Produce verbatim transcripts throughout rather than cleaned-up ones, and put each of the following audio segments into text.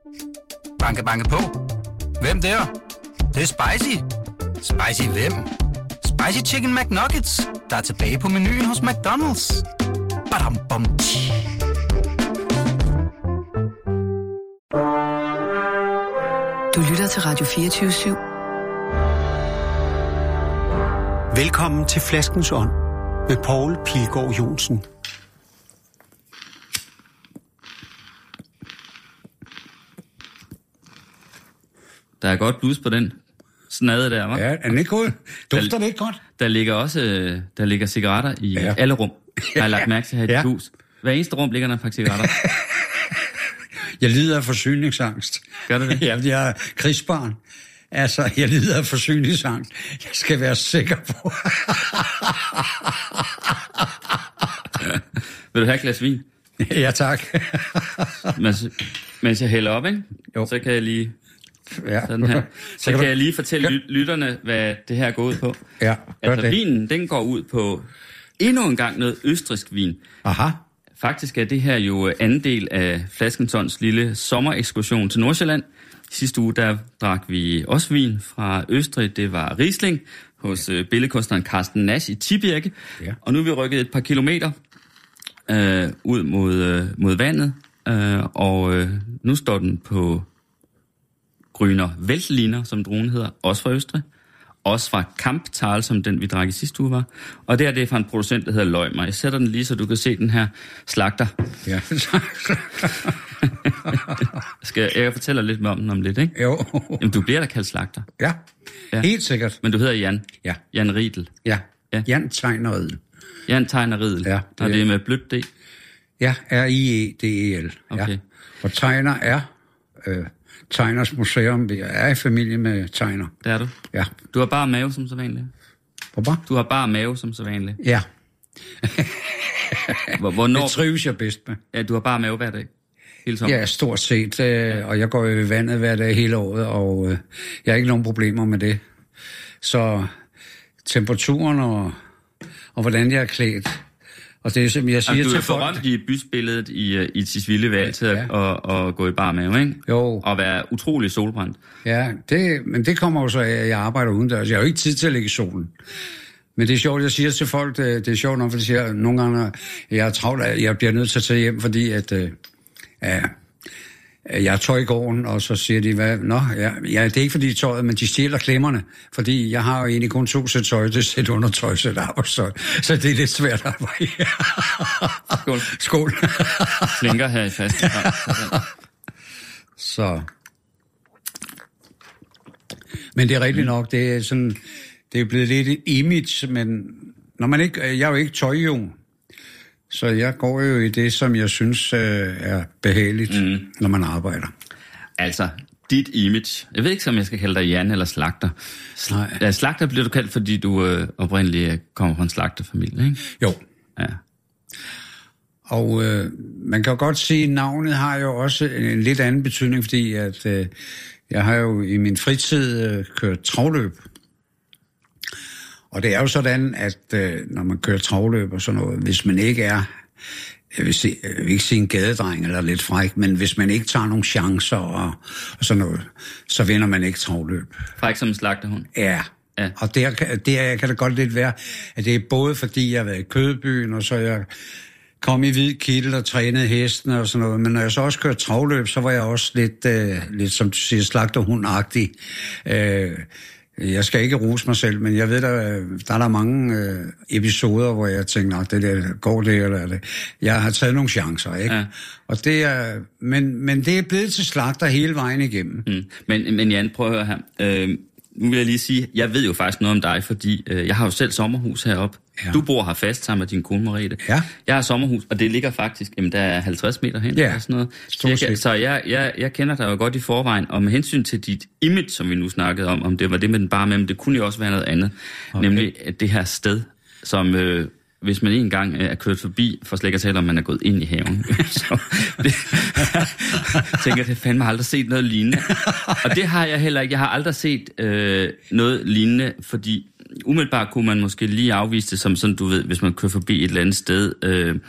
Banke, banke på. Hvem der? Det, det er spicy. Spicy hvem? Spicy Chicken McNuggets, der er tilbage på menuen hos McDonald's. Badum, bom, tji. Du lytter til Radio fireogtyve syv. Velkommen til Flaskens Ånd med Poul Pilgaard Johnsen. Der er godt blus på den snade der, hva'? Ja, er den ikke god? Dufter det ikke godt? Der ligger også der ligger cigaretter i ja. alle rum. Jeg har lagt mærke til her i ja. dit hus. Hver eneste rum ligger der faktisk cigaretter. Jeg lider af forsyningsangst. Gør du det? Ja, jeg er krigsbarn. Altså, jeg lider af forsyningsangst. Jeg skal være sikker på. Vil du have et glas vin? Ja, tak. mens, mens jeg hælder op, ikke? Jo. Så kan jeg lige... Ja. Sådan her. Så, så kan, kan du... jeg lige fortælle kan... lytterne, hvad det her går ud på. Ja, altså, det. vinen, den går ud på endnu en gang noget østrigsk vin. Aha. Faktisk er det her jo anden del af Flaskens Ånds lille sommerekskursion til Nordsjælland. Sidste uge, der drak vi også vin fra Østrig. Det var Riesling hos ja. billedkunstneren Carsten Nasch i Tibirke. Ja. Og nu er vi rykket et par kilometer øh, ud mod, øh, mod vandet. Øh, og øh, nu står den på Grüner Veltliner, som druen hedder, også fra Østrig. Også fra Kamptal, som den vi drak i sidste uge var. Og det her, det er fra en producent, der hedder Leumer. Jeg sætter den lige, så du kan se den her slagter. Ja. Skal jeg, jeg fortæller lidt mere om den om lidt, ikke? Jo. Jamen, du bliver da kaldt slagter. Ja, ja. Helt sikkert. Men du hedder Jan. Ja. Jan Riedel. Ja, ja. Jan Tegner Riedel. Jan Tegner Riedel. Ja. Det og det er med blødt D. Ja, R I E D E L. Okay. Ja. Og Tegner er... Øh, Tegners Museum. Jeg er i familie med Tegner. Det er du? Ja. Du har bare mave som så vanligt? Hvorfor? Du har bare mave som så vanligt? Ja. Hvornår... Det trives jeg bedst med. Ja, du har bare mave hver dag? Hele sommeren? Ja, stort set. Øh, og jeg går jo i vandet hver dag hele året, og øh, jeg har ikke nogen problemer med det. Så temperaturen og, og hvordan jeg er klædt. Og det er som jeg siger altså, til folk... Du er berømt i bysbilledet i, i Tisvilde ved altid ja. at, at gå i bar mave, ikke? Jo. Og være utrolig solbrændt. Ja, det, men det kommer jo så af, at jeg arbejder udendørs. Jeg har jo ikke tid til at ligge i solen. Men det er sjovt, jeg siger til folk, det, det er sjovt nok, for de siger, at nogle gange, jeg er travlt, at jeg bliver nødt til at tage hjem, fordi at, øh, ja, jeg har tøj i gården, og så siger de, hvad, nå, ja, ja, det er ikke fordi tøjet, men de stjæler klemmerne, fordi jeg har jo egentlig kun to sæt tøj, det er sæt undertøj, sæt arbejdstøj, så det er lidt svært at arbejde. Skål. Skål. Slinker her i fast. Så. Men det er rigtigt nok, det er sådan, det er blevet lidt et image, men når man ikke, jeg er jo ikke tøjjung, så jeg går jo i det, som jeg synes øh, er behageligt, mm. når man arbejder. Altså, dit image. Jeg ved ikke, om jeg skal kalde dig Jan eller slagter. Nej. Ja, slagter bliver du kaldt, fordi du øh, oprindeligt kommer fra en slagterfamilie, ikke? Jo. Ja. Og øh, man kan jo godt sige, at navnet har jo også en lidt anden betydning, fordi at øh, jeg har jo i min fritid øh, kørt travløb. Og det er jo sådan, at øh, når man kører travløb og sådan noget, hvis man ikke er, jeg vil, sige, jeg vil ikke sige en gadedreng eller lidt fræk, men hvis man ikke tager nogle chancer og, og sådan noget, så vinder man ikke travløb. Fræk som en slagterhund? Ja. Ja. Og det, det kan det godt lidt være, at det er både fordi, jeg har været i Kødbyen, og så jeg kom i hvid kittel og trænede hestene og sådan noget, men når jeg så også kørte travløb, så var jeg også lidt, øh, lidt som du siger, slagterhund-agtig. Øh, Jeg skal ikke rose mig selv, men jeg ved, der, der er der mange øh, episoder, hvor jeg tænker, nej, det der, går det, eller det. Jeg har taget nogle chancer, ikke? Ja. Og det er, men, men det er blevet til slagter hele vejen igennem. Mm. Men, men Jan, prøv at høre her. Øh, nu vil jeg lige sige, jeg ved jo faktisk noget om dig, fordi øh, jeg har jo selv sommerhus heroppe. Ja. Du bor her fast sammen med din kone Merete. Ja. Jeg har sommerhus, og det ligger faktisk, jamen der er halvtreds meter hen. Ja, og sådan noget. Så, jeg, så jeg, jeg, jeg kender dig jo godt i forvejen, og med hensyn til dit image, som vi nu snakkede om, om det var det med den bare med, men det kunne jo også være noget andet. Okay. Nemlig det her sted, som... Øh, hvis man en gang er kørt forbi, for slet ikke at tale om, man er gået ind i haven. Så det, tænker, det fandme aldrig set noget lignende. Og det har jeg heller ikke. Jeg har aldrig set øh, noget lignende, fordi umiddelbart kunne man måske lige afvise det som sådan, du ved, hvis man kører forbi et eller andet sted, øh,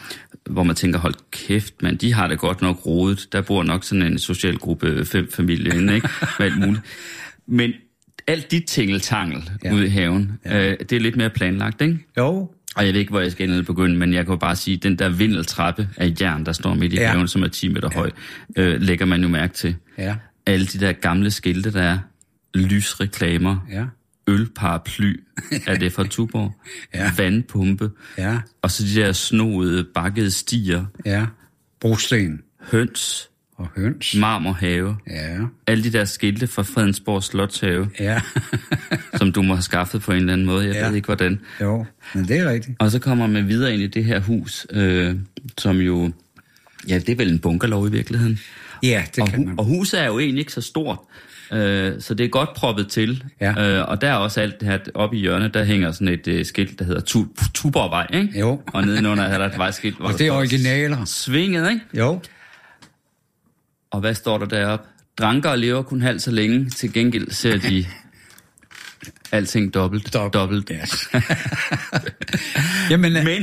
hvor man tænker, hold kæft, man, de har det godt nok rodet. Der bor nok sådan en social gruppe fem familie inde, ikke? Med alt muligt. Men alt dit tingeltangel ja. ude i haven, ja. øh, det er lidt mere planlagt, ikke? Jo. Og jeg ved ikke, hvor jeg skal begynde, men jeg kan bare sige, at den der vindeltrappe af jern, der står midt i ja. haven, som er ti meter høj, ja. øh, lægger man jo mærke til. Ja. Alle de der gamle skilte, der er lysreklamer, ja. ølparaply, er det fra Tuborg, ja. vandpumpe, ja. og så de der snoede, bakkede stier, ja. brosten, høns, og høns, marmorhave, ja. alle de der skilte fra Fredensborg Slotshave, ja. som du må have skaffet på en eller anden måde, jeg ja. ved ikke hvordan. Jo, men det er rigtigt. Og så kommer man videre ind i det her hus, øh, som jo, ja, det er vel en bunkerlov i virkeligheden. Ja, det og, kan man. Og huset er jo egentlig ikke så stort, øh, så det er godt proppet til. Ja. Øh, og der er også alt det her oppe i hjørnet, der hænger sådan et øh, skilt, der hedder tu, Tuborgvej, ikke? Jo. Og nedenunder er der et vejskilt, hvor og det er originaler. Svinget, ikke? Jo. Og hvad står der deroppe? Dranker lever kun halvt så længe, til gengæld ser de alting dobbelt. Dobbelt. dobbelt. Yes. Jamen, Men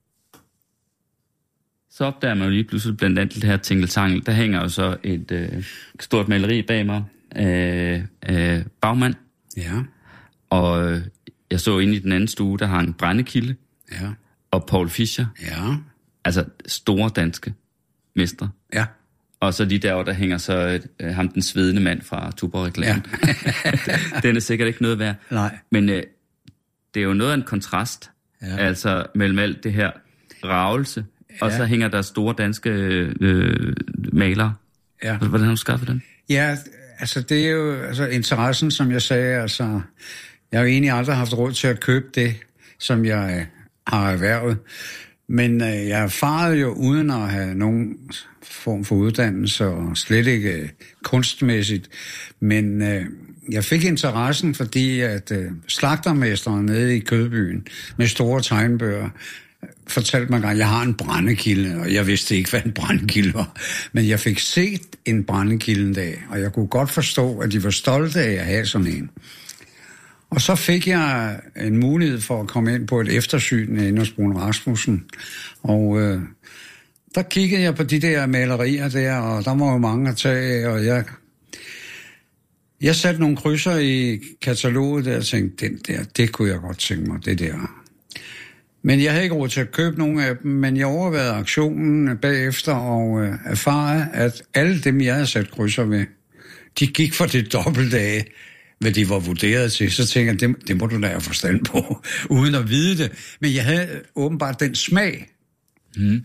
så opdager man jo lige pludselig blandt andet det her tingeltangel. Der hænger jo så et øh, stort maleri bag mig af øh, Bagmand. Ja. Og øh, jeg så inde i den anden stue, der har en Brændekilde. Ja. Og Paul Fischer. Ja. Altså store danske mestre. Ja. Og så lige derovre, der hænger så øh, ham den svedende mand fra Tuborg-reklamen. Ja. Den er sikkert ikke noget værd. Nej. Men øh, det er jo noget af en kontrast. Ja. Altså mellem alt det her ravelse. Ja. Og så hænger der store danske øh, malere. Ja. Hvordan har du skaffet den? Ja, altså det er jo altså, interessen, som jeg sagde. Altså, jeg har jo egentlig aldrig haft råd til at købe det, som jeg øh, har erhvervet. Men øh, jeg erfarede jo uden at have nogen form for uddannelse, og slet ikke øh, kunstmæssigt. Men øh, jeg fik interessen, fordi at øh, slagtermesteren nede i Kødbyen med store tegnbøger fortalte mig, at jeg har en brændekilde, og jeg vidste ikke, hvad en brændekilde var. Men jeg fik set en brændekilde en dag, og jeg kunne godt forstå, at de var stolte af at have sådan en. Og så fik jeg en mulighed for at komme ind på et eftersyn inde hos Brun Rasmussen. Og øh, der kiggede jeg på de der malerier der, og der var jo mange at tage af, og jeg, jeg satte nogle krydser i kataloget der og tænkte, den der, det kunne jeg godt tænke mig, det der. Men jeg havde ikke råd til at købe nogle af dem, men jeg overvejede aktionen bagefter og øh, erfarede, at alle dem, jeg havde sat krydser ved, de gik for det dobbelte af, hvad de var vurderet til. Så tænkte jeg, det, det må du da have forstand på, uden at vide det. Men jeg havde åbenbart den smag. Mm.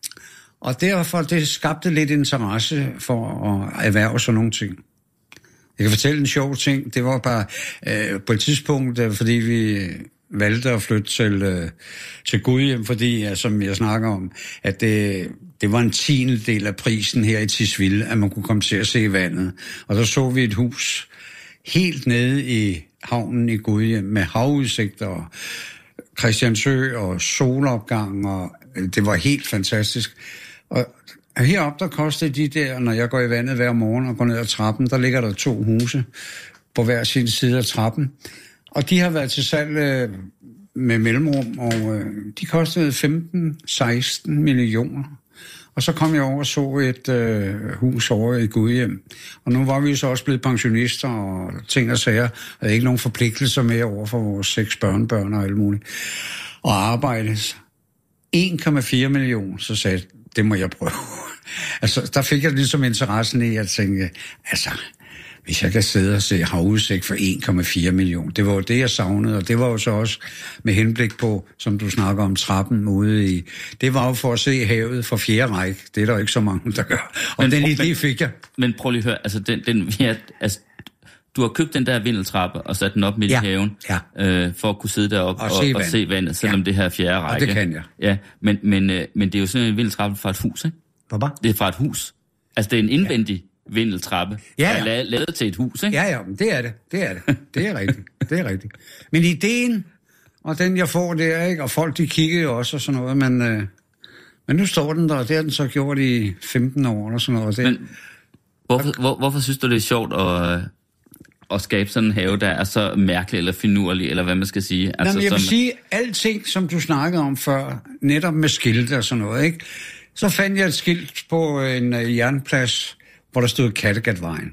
Og derfor det skabte lidt interesse for at erhverve sådan nogle ting. Jeg kan fortælle en sjov ting. Det var bare øh, på et tidspunkt, øh, fordi vi valgte at flytte til, øh, til Gudhjem, fordi, ja, som jeg snakker om, at det, det var en tiende del af prisen her i Tisvilde, at man kunne komme til at se vandet. Og der så vi et hus helt nede i havnen i Gudhjem med havudsigt og Christiansø og solopgang, og det var helt fantastisk. Og heroppe, der kostede de der, når jeg går i vandet hver morgen og går ned ad trappen, der ligger der to huse på hver sin side af trappen. Og de har været til salg øh, med mellemrum, og øh, de kostede femten til seksten millioner. Og så kom jeg over og så et øh, hus over i Gudhjem. Og nu var vi så også blevet pensionister og ting og sager. Og havde ikke nogen forpligtelser mere over for vores seks børnebørn og alt muligt. Og arbejdes en komma fire millioner, så sagde jeg, det må jeg prøve. Altså, der fik jeg ligesom interessen i at tænke, altså, hvis jeg kan sidde og se havudsigt for en komma fire millioner, det var jo det, jeg savnede, og det var jo så også med henblik på, som du snakker om, trappen ude i, det var jo for at se havet fra fjerde række, det er der jo ikke så mange, der gør, og men, den idé fik jeg. Men prøv lige at høre, altså, den, den, ja, altså du har købt den der vindeltrappe og sat den op midt ja, i haven, ja. øh, for at kunne sidde deroppe og, og, se, og se vandet, selvom ja. det her er fjerde række. Og det kan jeg. Ja, men, men, øh, men det er jo sådan en vindeltrappe fra et hus, ikke? Hvorfor? Det er fra et hus. Altså, det er en indvendig ja. vindeltrappe, ja, ja. der er lavet til et hus, ikke? Ja, ja, men det er det. Det er det. Det er rigtigt. Det er rigtigt. Men ideen, og den jeg får der, ikke? Og folk, de kigger jo også og sådan noget, men, øh, men nu står den der, og det har den så gjort i femten år eller sådan noget. Det, men hvorfor, hvor, hvorfor synes du, det er sjovt at, at skabe sådan en have, der er så mærkelig eller finurlig, eller hvad man skal sige. Altså, Jamen, jeg vil som... sige, alting, som du snakkede om før, netop med skilte og sådan noget, ikke? Så fandt jeg et skilt på en uh, jernplads, hvor der stod Kattegatvejen.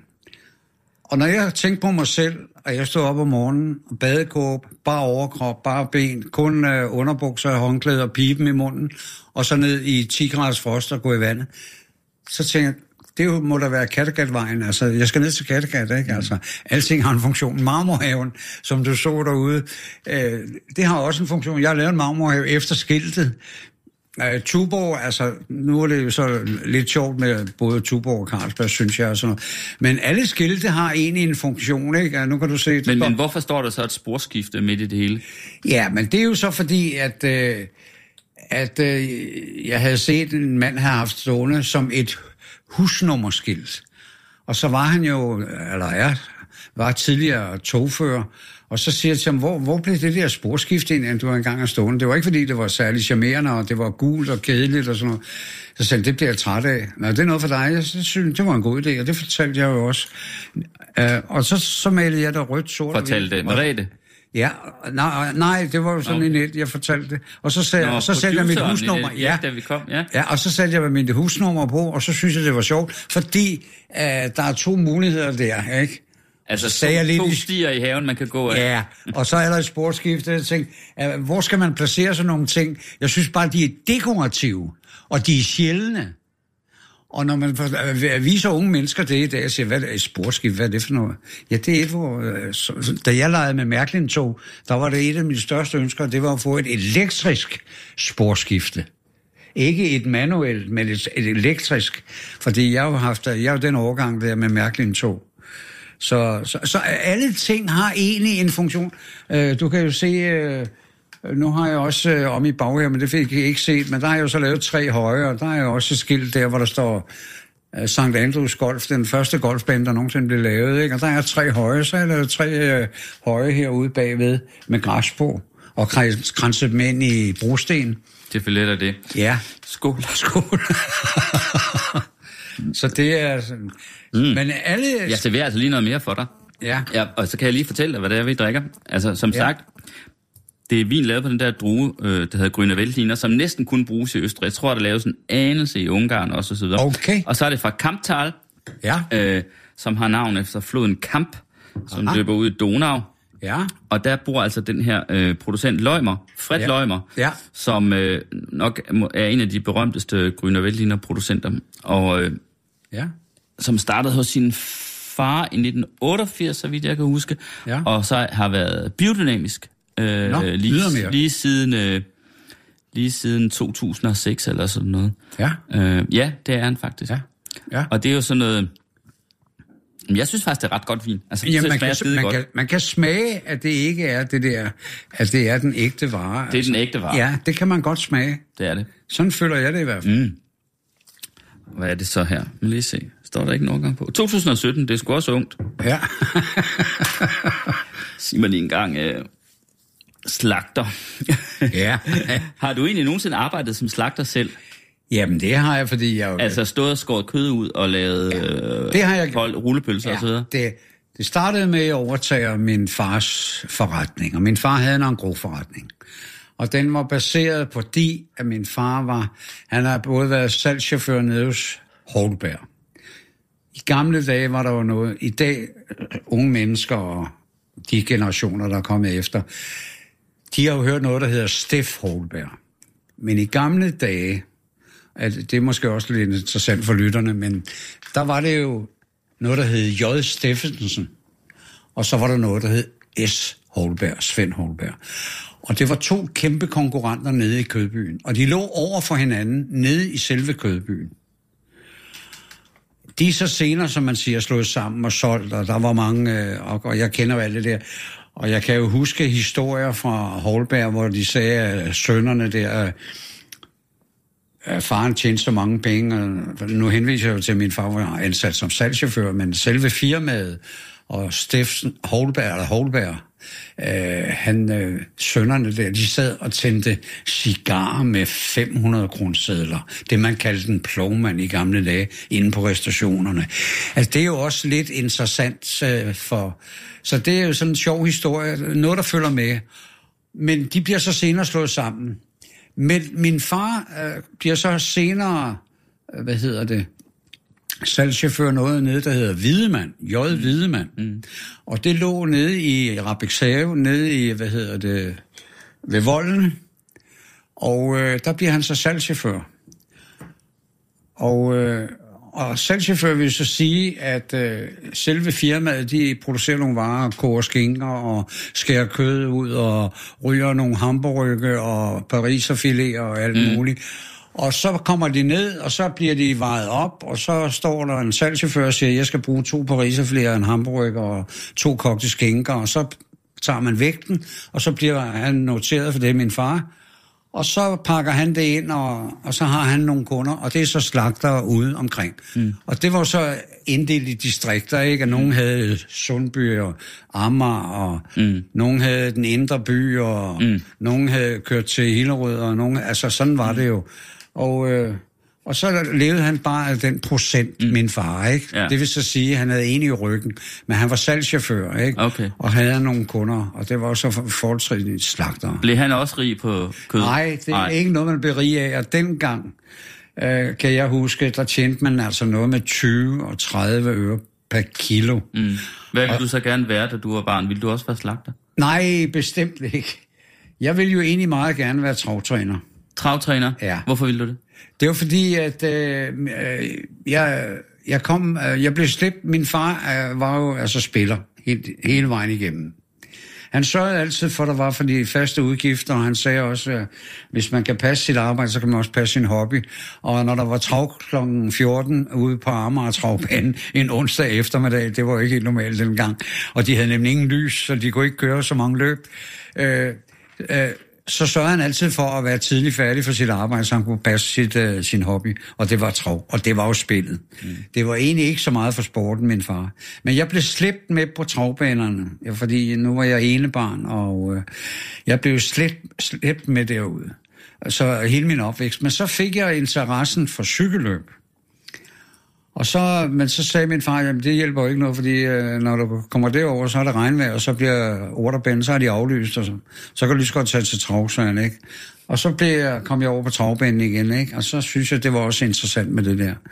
Og når jeg tænkte på mig selv, og jeg stod op om morgenen, og badekåb, bare overkrop, bare ben, kun uh, underbukser, håndklæder og pipen i munden, og så ned i ti graders frost og gå i vandet, så tænkte jeg, det må da være Kattegatvejen. Altså, jeg skal ned til Kattegat, ikke? Altså, alting har en funktion. Marmorhaven, som du så derude, øh, det har også en funktion. Jeg har lavet en marmorhave efter skiltet. Øh, Tuborg, altså, nu er det jo så lidt sjovt med både Tuborg og Carlsberg, synes jeg, og sådan noget. Men alle skilte har egentlig en funktion, ikke? Altså, nu kan du se... Men, men hvorfor står der så et sporskifte midt i det hele? Ja, men det er jo så fordi, at, øh, at øh, jeg havde set en mand have haft stående som et husnummerskilt. Og så var han jo, eller er, var tidligere togfører, og så siger jeg til ham, hvor, hvor blev det der sporskifte ind, du var engang af stående? Det var ikke fordi, det var særlig charmerende, og det var gult og kedeligt og sådan noget. Så sagde han, det bliver jeg træt af. Nå, det er noget for dig. Jeg synes, det var en god idé, og det fortalte jeg jo også. Uh, og så, så malede jeg der rødt, sort. Fortalte det, Merete? Ja, nej, nej, det var jo sådan okay. en et, jeg fortalte det. Og så, sag, Nå, og så satte jeg mit husnummer. Det, ja, da vi kom, ja. Ja, og så satte jeg mit husnummer på, og så synes jeg, det var sjovt, fordi uh, der er to muligheder der, ikke? Altså så to, jeg lidt, to stier i haven, man kan gå af. Ja, og så er der et sportsskifte. Jeg tænkte, uh, hvor skal man placere sådan nogle ting? Jeg synes bare, de er dekorative, og de er sjældne. Og når man viser unge mennesker det i dag, og siger, hvad er et sportsskifte, hvad er det for noget? Ja, det er et, hvor... Da jeg legede med Mærklin-tog, der var det et af mine største ønsker, det var at få et elektrisk sportsskifte. Ikke et manuelt, men et, et elektrisk. Fordi jeg har haft, jeg har den overgang der med Mærklin-tog. Så, så, så alle ting har egentlig en funktion. Du kan jo se... Nu har jeg også øh, om i bag her, men det fik jeg ikke set, men der har jeg jo så lavet tre høje, og der er jo også et skilt der, hvor der står øh, Sankt Andrews Golf, den første golfbane, der nogensinde blev lavet, ikke? Og der er tre høje, så er der tre øh, høje herude bagved med græs på, og kranset dem ind i brosten. Det forletter det. Ja. Skål. Skål. Så det er sådan... Mm. Men alle... Jeg serverer altså lige noget mere for dig. Ja. Ja. Og så kan jeg lige fortælle dig, hvad det er, vi drikker. Altså, som ja. sagt... Det er vin lavet på den der drue, øh, der hedder Grüner Veltliner, som næsten kun bruges i Østrig. Jeg tror, der laves en anelse i Ungarn også, og så videre. Okay. Og så er det fra Kamptal, ja. øh, som har navn efter floden Kamp, som Aha. løber ud i Donau. Ja. Og der bor altså den her øh, producent Leumer, Fred ja. Leumer, ja. som øh, nok er en af de berømteste Grüner Veltliner producenter. Og øh, ja. som startede hos sin far i nitten otteogfirs, så vidt jeg kan huske, ja. og så har været biodynamisk. Øh, Nå, lige, lige siden øh, lige siden to tusind og seks eller sådan noget. Ja. Øh, ja, det er han faktisk. Ja. Ja. Og det er jo sådan noget. Jeg synes faktisk det er ret godt vin. Altså, ja, man, kan, man, godt. kan, man kan smage, at det ikke er det der, at det er den ægte vare. Det er altså den ægte vare. Ja, det kan man godt smage. Det er det. Sådan føler jeg det i hvert fald. Mm. Hvad er det så her? Må lige se. Står der ikke en årgang på? to tusind og sytten, det er sgu også ungt. Ja. Sig mig lige en gang. Øh... Slagter. Ja. Har du egentlig nogensinde arbejdet som slagter selv? Jamen, det har jeg, fordi jeg... Altså stået og skåret kød ud og lavet ja, det har jeg... kold rullepølser ja, og så videre? Det, det startede med at overtage min fars forretning, og min far havde en engrosforretning. Og den var baseret på de, at min far var... Han har både været salgschauffør nede hos Holberg. I gamle dage var der jo noget... I dag, unge mennesker og de generationer, der er kommet efter... De har jo hørt noget, der hedder Steff Holberg. Men i gamle dage, at det er måske også lidt interessant for lytterne, men der var det jo noget, der hed J. Steffensen, og så var der noget, der hed S. Holberg, Svend Holberg. Og det var to kæmpe konkurrenter nede i Kødbyen, og de lå over for hinanden nede i selve Kødbyen. De er så senere, som man siger, slået sammen og solgt, og der var mange, og jeg kender jo alt det der. Og jeg kan jo huske historier fra Holberg, hvor de sagde, at sønnerne der, at faren tjente så mange penge. Og nu henviser jeg jo til, at min far var ansat som salgschauffør, men selve firmaet og Steffensen, Holberg, eller Holberg, øh, han, øh, sønnerne der, de sad og tændte cigarer med fem hundrede kronesedler. Det man kaldte en plovmand i gamle dage, inde på restaurationerne. Altså det er jo også lidt interessant øh, for... Så det er jo sådan en sjov historie, noget der følger med. Men de bliver så senere slået sammen. Men min far øh, bliver så senere, øh, hvad hedder det, salgschauffør noget nede, der hedder Hvidemand, J. Hvidemand. Mm. Og det lå nede i Rabekshav, nede i, hvad hedder det, ved Volden. Og øh, der bliver han så salgschauffør. Og, øh, og salgschauffør vil så sige, at øh, selve firmaet, de producerer nogle varer, koger skinker og skærer kød ud og ryger nogle hamburgerrygge og pariserfileter og alt mm. muligt. Og så kommer de ned, og så bliver de vejet op, og så står der en salgschauffør og siger, jeg skal bruge to pariserfileter, en hamburger og to kogte skinker, og så tager man vægten, og så bliver han noteret, for det er min far. Og så pakker han det ind, og, og så har han nogle kunder, og det er så slagtere ude omkring. Mm. Og det var så inddelt i distrikter, ikke? Og nogen havde Sundby og Amager, og mm. nogen havde den indre by, og mm. nogen havde kørt til Hillerød, og nogen, altså sådan var det jo. Og, øh, og så levede han bare af den procent, mm. min far, ikke? Ja. Det vil så sige, at han havde en i ryggen, men han var salgschauffør, ikke? Okay. Og havde nogle kunder, og det var jo så forholdsvis slagtere. Blev han også rig på kød? Nej, det er Ej. ikke noget, man blev rig af, og dengang, øh, kan jeg huske, der tjente man altså noget med tyve og tredive øre per kilo. Mm. Hvad ville og, du så gerne være, da du var barn? Ville du også være slagter? Nej, bestemt ikke. Jeg ville jo egentlig meget gerne være travtræner. Travtræner? Ja. Hvorfor ville du det? Det var fordi, at øh, jeg, jeg kom, øh, jeg blev slæbt. Min far øh, var jo altså spiller helt, hele vejen igennem. Han sørgede altid for, der var for de faste udgifter, og han sagde også, at hvis man kan passe sit arbejde, så kan man også passe sin hobby. Og når der var trav klokken fjorten ude på Amager Travbanen en onsdag eftermiddag, det var jo ikke helt normalt dengang, og de havde nemlig ingen lys, så de kunne ikke køre så mange løb. Øh, øh, så sørgede han altid for at være tidligt færdig for sit arbejde, så han kunne passe sit, uh, sin hobby, og det var trav, og det var jo spillet. Mm. Det var egentlig ikke så meget for sporten, min far. Men jeg blev slæbt med på travbanerne, fordi nu var jeg enebarn, og uh, jeg blev slæbt, slæbt med derude. Så hele min opvækst. Men så fik jeg interessen for cykelløb. Og så, men så sagde min far, jamen det hjælper jo ikke noget, fordi øh, når du kommer derover, så er der regnvejr, og så bliver orderbanen, så er de aflyst, og så, så kan du lige så godt tage til travsøren, ikke? Og så blev jeg, kom jeg over på travbanen igen, ikke? Og så synes jeg, det var også interessant med det der.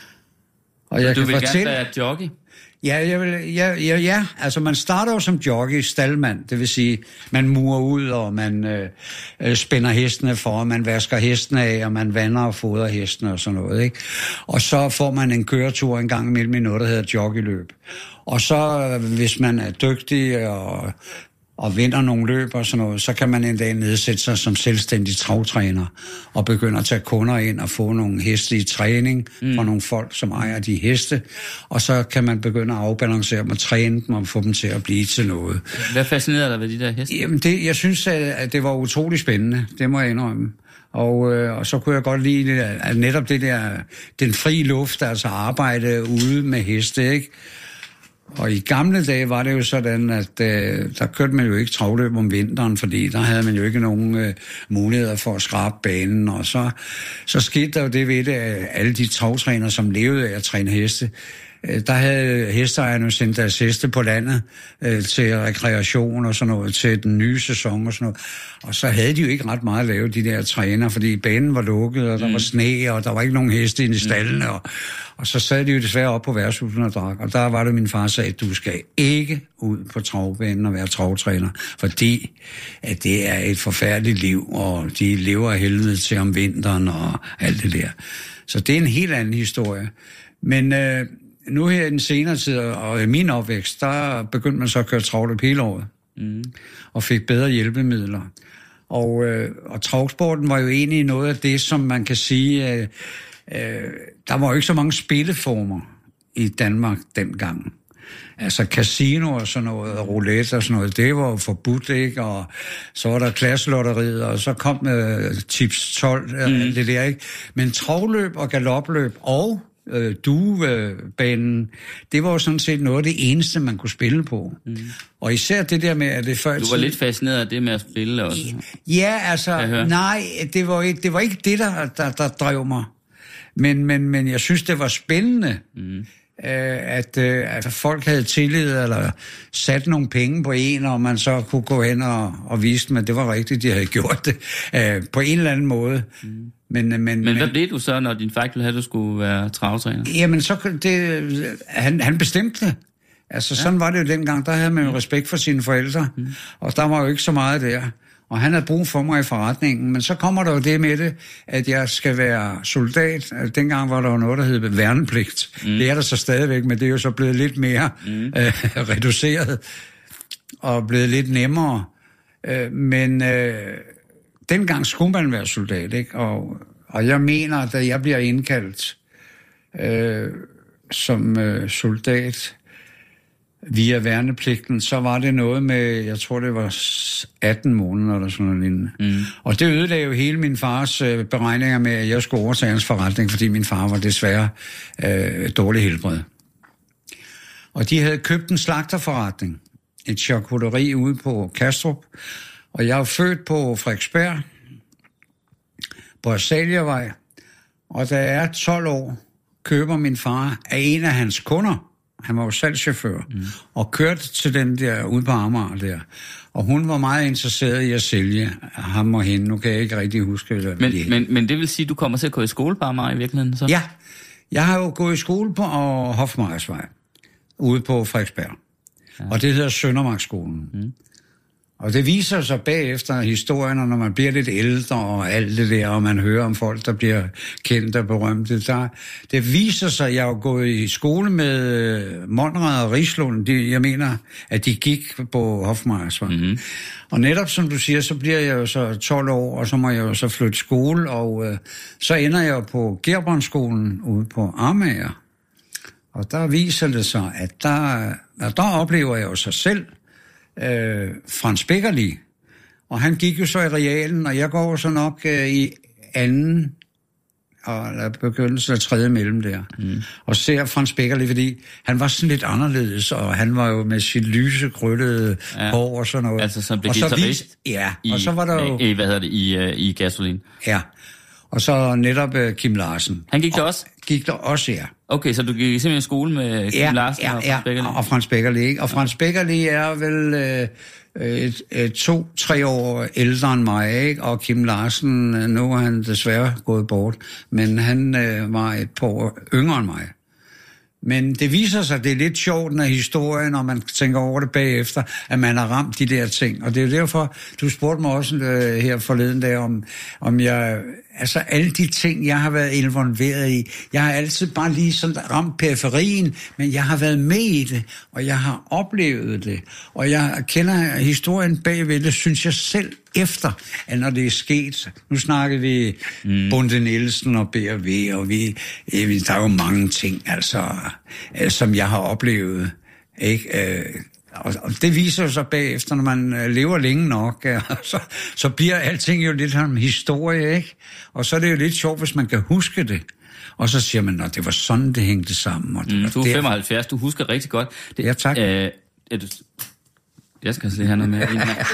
Og jeg du kan vil fortælle, gerne være jockey? Ja, jeg vil, ja, ja, ja, altså man starter jo som jockey, staldmand, det vil sige, man murer ud, og man øh, øh, spænder hestene for, og man vasker hestene af, og man vander og fodrer hestene og sådan noget, ikke? Og så får man en køretur en gang imellem i noget, der hedder jockeyløb. Og så, hvis man er dygtig og, og vinder nogle løb og sådan noget, så kan man en dag nedsætte sig som selvstændig travtræner og begynde at tage kunder ind og få nogle heste i træning mm. fra nogle folk, som ejer de heste. Og så kan man begynde at afbalancere dem og træne dem og få dem til at blive til noget. Hvad fascinerer dig ved de der heste? Jamen, det, jeg synes, at det var utrolig spændende. Det må jeg indrømme. Og, øh, og så kunne jeg godt lide det, at netop det der, den frie luft, altså arbejde ude med heste, ikke? Og i gamle dage var det jo sådan, at øh, der kørte man jo ikke travløb om vinteren, fordi der havde man jo ikke nogen øh, muligheder for at skrabe banen. Og så, så skete der jo det ved det, at alle de travtrænere, som levede af at træne heste, øh, der havde hesteejerne sendt deres heste på landet øh, til rekreation og sådan noget, til den nye sæson og sådan noget. Og så havde de jo ikke ret meget at lave, de der træner, fordi banen var lukket, og der mm. var sne, og der var ikke nogen heste inde i stallene, mm. og Og så sad de jo desværre op på værtshusen og drak, og der var det, min far sagde, at du skal ikke ud på travbanen og være travtræner, fordi at det er et forfærdeligt liv, og de lever af helvede til om vinteren og alt det der. Så det er en helt anden historie. Men øh, nu her i den senere tid, og i min opvækst, der begyndte man så at køre travløb hele året, mm. og fik bedre hjælpemidler. Og, øh, og travsporten var jo egentlig noget af det, som man kan sige... Øh, Øh, der var jo ikke så mange spilleformer i Danmark dengang. Altså casino og sådan noget, og roulette og sådan noget, det var jo forbudt, ikke? Og så var der klasselotteriet, og så kom øh, tips tolv, mm. det der, ikke? Men travløb og galopløb og øh, duebanen, det var jo sådan set noget af det eneste, man kunne spille på. Mm. Og især det der med, at det før... Du var lidt fascineret af det med at spille også. Ja, altså, nej, det var ikke det, var ikke det der, der, der drev mig. Men, men, men jeg synes, det var spændende, mm. at, at folk havde tillid eller sat nogle penge på en, og man så kunne gå hen og, og vise dem, at det var rigtigt, de havde gjort det på en eller anden måde. Mm. Men, men, men, men hvad blev du så, når din far ville have, at du skulle være travtræner? Jamen, så det, han, han bestemte det. Altså, ja. Sådan var det jo dengang. Der havde man jo respekt for sine forældre, mm. og der var jo ikke så meget der. Og han havde brug for mig i forretningen, men så kommer der jo det med det, at jeg skal være soldat. Altså, dengang var der jo noget, der hed værnepligt. Mm. Det er der så stadigvæk, men det er jo så blevet lidt mere mm. øh, reduceret og blevet lidt nemmere. Øh, men øh, dengang skulle man være soldat, ikke? Og, og jeg mener, at da jeg bliver indkaldt øh, som øh, soldat via værnepligten, så var det noget med, jeg tror det var atten måneder eller sådan noget lignende. Mm. Og det ødelagde jo hele min fars øh, beregninger med, at jeg skulle overtage hans forretning, fordi min far var desværre øh, dårlig helbred. Og de havde købt en slagterforretning, et charcuterie ude på Kastrup, og jeg er født på Frederiksberg, på Azaliavej, og da jeg er tolv år, køber min far af en af hans kunder. Han var jo salgschauffør, mm. og kørte til den der ude på Amager der. Og hun var meget interesseret i at sælge ham og hende. Nu kan jeg ikke rigtig huske, hvad men, det men, men det vil sige, at du kommer til at gå i skole på Amager i virkeligheden? Så? Ja, jeg har jo gået i skole på Hofmagersvej, ude på Frederiksberg. Ja. Og det hedder Søndermarksskolen. Mm. Og det viser sig bagefter historien, når man bliver lidt ældre og alt det der, og man hører om folk, der bliver kendt og berømte. Der, det viser sig, at jeg er gået i skole med Monrad og Rislund. De, jeg mener, at de gik på Hofmagersvej. Mm-hmm. Og netop som du siger, så bliver jeg jo så tolv år, og så må jeg jo så flytte skole, og øh, så ender jeg jo på Gerbrandsskolen ude på Amager. Og der viser det sig, at der, at der oplever jeg jo sig selv, Øh, Frans Beckerli, og han gik jo så i realen, og jeg går så nok øh, i anden og eller begyndelsen af tredje mellem der, mm. og ser Frans Beckerli, fordi han var sådan lidt anderledes, og han var jo med sit lyse, krøllede ja. hår og sådan noget. Altså som blev guitarist ja, i, og så var der jo... I, hvad hedder det, i, uh, i Gasolin. Ja, og så netop uh, Kim Larsen. Han gik der også? Gik der også, ja. Okay, så du gik simpelthen i skole med Kim ja, Larsen ja, og Frans Beckerli? Ja, og Frans Beckerli, ikke? Og Frans Beckerli er vel øh, et, et, to-tre år ældre end mig, ikke? Og Kim Larsen, nu er han desværre gået bort, men han øh, var et par år yngre end mig. Men det viser sig, at det er lidt sjovt, når historien, når man tænker over det bagefter, at man har ramt de der ting. Og det er jo derfor, du spurgte mig også øh, her forleden dag, om, om jeg... Altså alle de ting, jeg har været involveret i, jeg har altid bare lige sådan ramt periferien, men jeg har været med i det, og jeg har oplevet det, og jeg kender historien bagved det, synes jeg selv efter, at når det er sket. Nu snakker vi mm. Bunde Nielsen og B og V, og vi, der er jo mange ting, altså, som jeg har oplevet, ikke? Og det viser jo så bagefter, når man lever længe nok, ja, så, så bliver alting jo lidt om historie, ikke? Og så er det jo lidt sjovt, hvis man kan huske det. Og så siger man, at det var sådan, det hængte sammen. Og det mm, du er femoghalvfjerds, du husker rigtig godt. Det, ja, tak. Øh, du, jeg skal lige have noget med.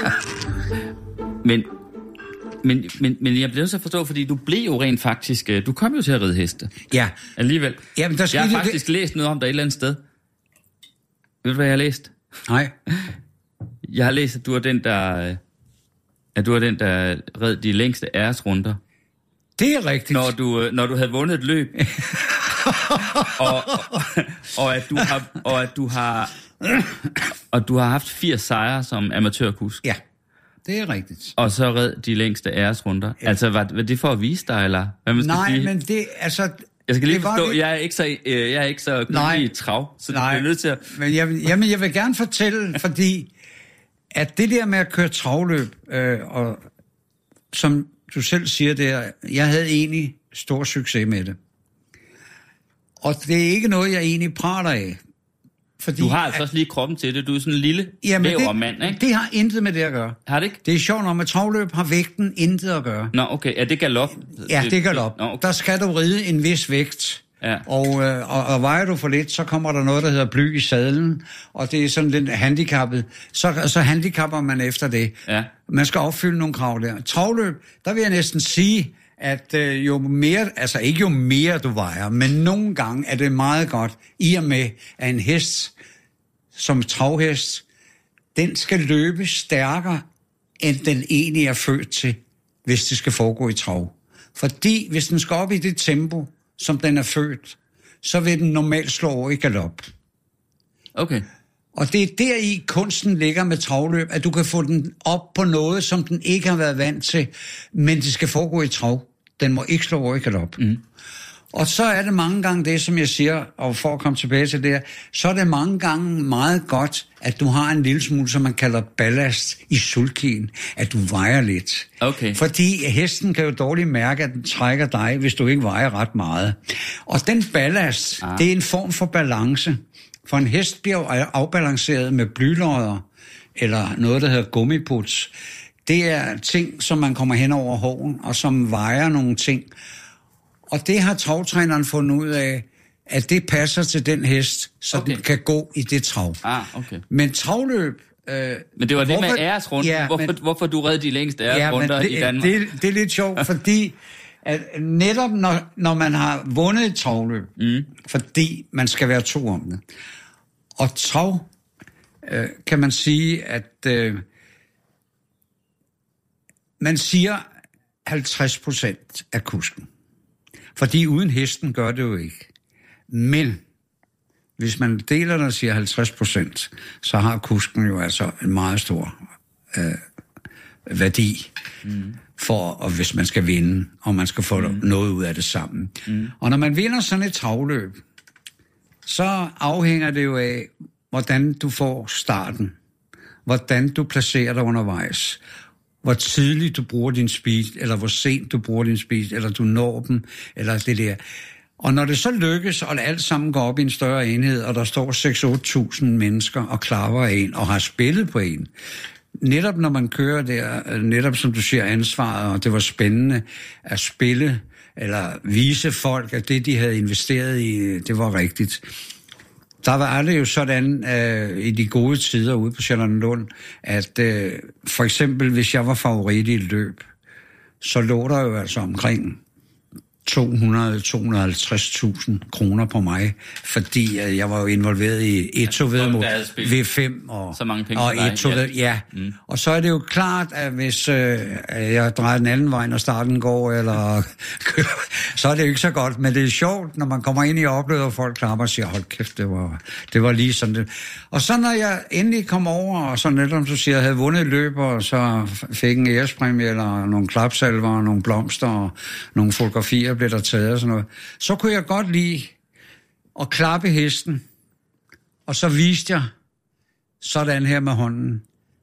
men, men, men, men jeg blev så forstå, fordi du blev jo rent faktisk, du kom jo til at ride heste. Ja. Alligevel. Ja, men der jeg har faktisk det... læst noget om dig et eller andet sted. Ved du, hvad jeg har læst? Nej. Jeg har læst, at du er den, der, at du er den, der red de længste æresrunder. Det er rigtigt. Når du, når du havde vundet et løb. og, og, og, at du har, og at du har, og du har haft firs sejre som amatørkusk. Ja, det er rigtigt. Og så red de længste æresrunder. Ja. Altså, var, var det for at vise dig, eller hvad man skal Nej, sige? men det, altså... Jeg skal lige forstå, jeg er ikke så, jeg er ikke så god i trav, så du bliver nødt til at... men jeg, jamen, jeg vil gerne fortælle, fordi at det der med at køre travløb, øh, og som du selv siger der, jeg havde egentlig stor succes med det. Og det er ikke noget, jeg egentlig prater af. Fordi, du har altså at, også lige kroppen til det. Du er sådan en lille vævermand, ikke? Det har intet med det at gøre. Har det ikke? Det er sjovt, når med travløb har vægten intet at gøre. Nå, okay. Er det galop? Ja, det er galop. Nå, okay. Der skal du ride en vis vægt Ja. Og, øh, og, og vejer du for lidt, så kommer der noget, der hedder bly i sadlen, og det er sådan lidt handicappet. Så, så handicapper man efter det. Ja. Man skal opfylde nogle krav der. Travløb, der vil jeg næsten sige, at øh, jo mere, altså ikke jo mere du vejer, men nogle gange er det meget godt, i og med, at en hest, som travhest, den skal løbe stærkere, end den egentlig er født til, hvis det skal foregå i trav. Fordi hvis den skal op i det tempo, som den er født, så vil den normalt slå over i galop. Okay. Og det er deri kunsten ligger med travløb, at du kan få den op på noget, som den ikke har været vant til, men det skal foregå i trav. Den må ikke slå over i galop. Mm. Og så er det mange gange det, som jeg siger, og for at komme tilbage til det her, så er det mange gange meget godt, at du har en lille smule, som man kalder ballast i sulkien, at du vejer lidt. Okay. Fordi hesten kan jo dårligt mærke, at den trækker dig, hvis du ikke vejer ret meget. Og den ballast, ah. det er en form for balance. For en hest bliver jo afbalanceret med blylodder, eller noget, der hedder gummiputs. Det er ting, som man kommer hen over hoven, og som vejer nogle ting. Og det har travtræneren fundet ud af, at det passer til den hest, så okay. den kan gå i det trav. Ah, okay. Men travløb... Øh, men det var hvorfor, det med æresrunden. Ja, hvorfor, men, hvorfor du redde de længste æresrunder ja, i Danmark? Det, det er lidt sjovt, fordi at netop når, når man har vundet et travløb, mm. fordi man skal være to om det. Og trav, øh, kan man sige, at øh, man siger halvtreds procent af kusken. Fordi uden hesten gør det jo ikke. Men hvis man deler det og siger halvtreds procent, så har kusken jo altså en meget stor øh, værdi, mm. for, og hvis man skal vinde, og man skal få mm. noget ud af det sammen. Mm. Og når man vinder sådan et travløb, så afhænger det jo af, hvordan du får starten, hvordan du placerer dig undervejs, hvor tidligt du bruger din speed, eller hvor sent du bruger din speed, eller du når dem, eller det der. Og når det så lykkes, og alt sammen går op i en større enhed, og der står seks til otte tusind mennesker og klapper en, og har spillet på en, netop når man kører der, netop som du siger, ansvaret, og det var spændende at spille, eller vise folk, at det, de havde investeret i, det var rigtigt. Der var aldrig jo sådan øh, i de gode tider ude på Charlottenlund, at øh, for eksempel, hvis jeg var favorit i et løb, så lå der jo altså omkring to hundrede til to hundrede og halvtreds tusind kroner på mig, fordi øh, jeg var jo involveret i Eto-væddemål, V fem og, så mange penge og Eto, ja. ja. Mm. Og så er det jo klart, at hvis øh, jeg drejer den anden vej, når starten går, eller så er det jo ikke så godt, men det er sjovt, når man kommer ind i oplevet, og folk klapper og siger, hold kæft, det var, det var lige sådan det. Og så når jeg endelig kom over, og så netop du siger, jeg havde vundet løb, og så fik en ærespræmie, eller nogle klapsalver, nogle blomster, og nogle fotografier, blev der taget og sådan noget, så kunne jeg godt lide at klappe hesten, og så viste jeg sådan her med hånden.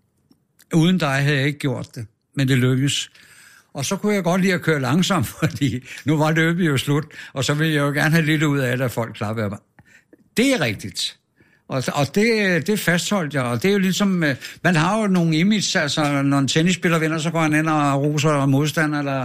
Uden dig havde jeg ikke gjort det, men det lykkedes. Og så kunne jeg godt lide at køre langsomt, fordi nu var løbet jo slut, og så ville jeg jo gerne have lidt ud af det, at folk klappede af mig. Det er rigtigt. Og, og det, det fastholdt jeg, og det er jo ligesom, man har jo nogle image, altså når en tennisspiller vinder, så går han ind og roser modstander, eller,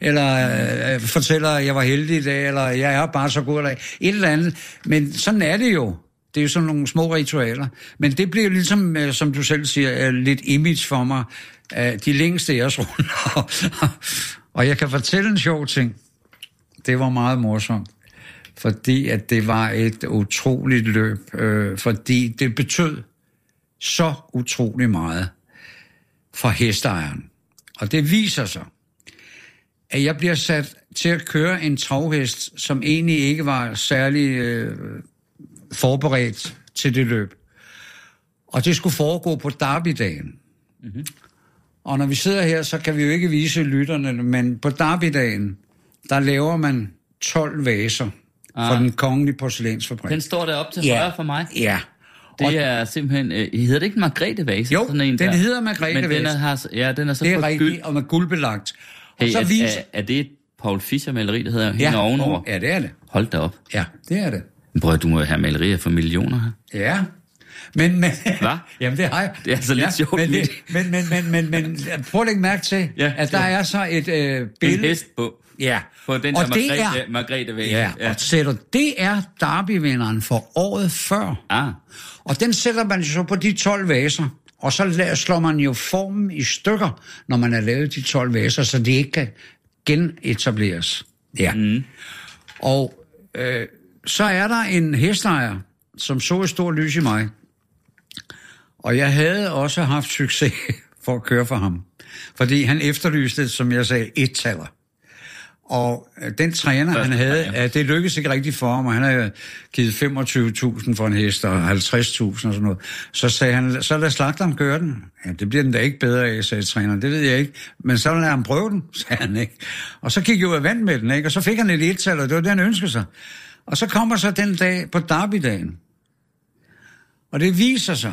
eller øh, fortæller, at jeg var heldig i dag, eller jeg er bare så god, eller et eller andet. Men sådan er det jo. Det er jo sådan nogle små ritualer. Men det bliver jo ligesom, som du selv siger, lidt image for mig, de længste æresrunder. Og jeg kan fortælle en sjov ting. Det var meget morsomt. Fordi at det var et utroligt løb, øh, fordi det betød så utrolig meget for hesteejeren. Og det viser sig, at jeg bliver sat til at køre en travhest, som egentlig ikke var særlig øh, forberedt til det løb. Og det skulle foregå på Derby-dagen. Mm-hmm. Og når vi sidder her, så kan vi jo ikke vise lytterne, men på Derby-dagen, der laver man tolv vaser for ah. den kongelige porcelænsfabrik. Den står deroppe til ja. højre for mig. Ja. Det og er simpelthen... Øh, hedder det ikke Margrethe-vase? Jo, sådan en den der. hedder Margrethe-vase. Men den er, har, ja, den er så det er rigtigt, og med guldbelagt. Og hey, så er, viser... er, er det et Paul Fischer-maleri, der hedder ja, Hende ovenover? Ja, det er det. Hold da op. Ja, det er det. Bror, du må have malerier for millioner her. Ja. Men, men, hvad? Jamen, det har jeg. Det er altså lidt ja, sjovt. Men, men, men, men, men, men prøv at lægge mærke til, ja, at der ja. er så et øh, billede... En hest på. Ja. På den og der det Margrethe, er, Margrethe Væg. Ja, ja. Og sætter, det er derbyvinderen for året før. Ah. Og den sætter man så på de tolv vaser. Og så slår man jo formen i stykker, når man har lavet de tolv vaser, så de ikke kan genetableres. Ja. Mm. Og øh, så er der en hestejer, som så et stort lys i mig. Og jeg havde også haft succes for at køre for ham. Fordi han efterlyste, som jeg sagde, et-taller. Og den træner, Første, han havde, ja. det lykkedes ikke rigtigt for ham, og han havde givet femogtyve tusind for en hest, og halvtreds tusind og sådan noget. Så sagde han, så lad slagteren køre den. Ja, det bliver den da ikke bedre af, sagde træneren, det ved jeg ikke. Men så lad ham prøve den, sagde han ikke. Og så gik jeg ud af vand med den, ikke? Og så fik han et et-tal, og det var det, han ønskede sig. Og så kommer så den dag på derbydagen. Og det viser sig,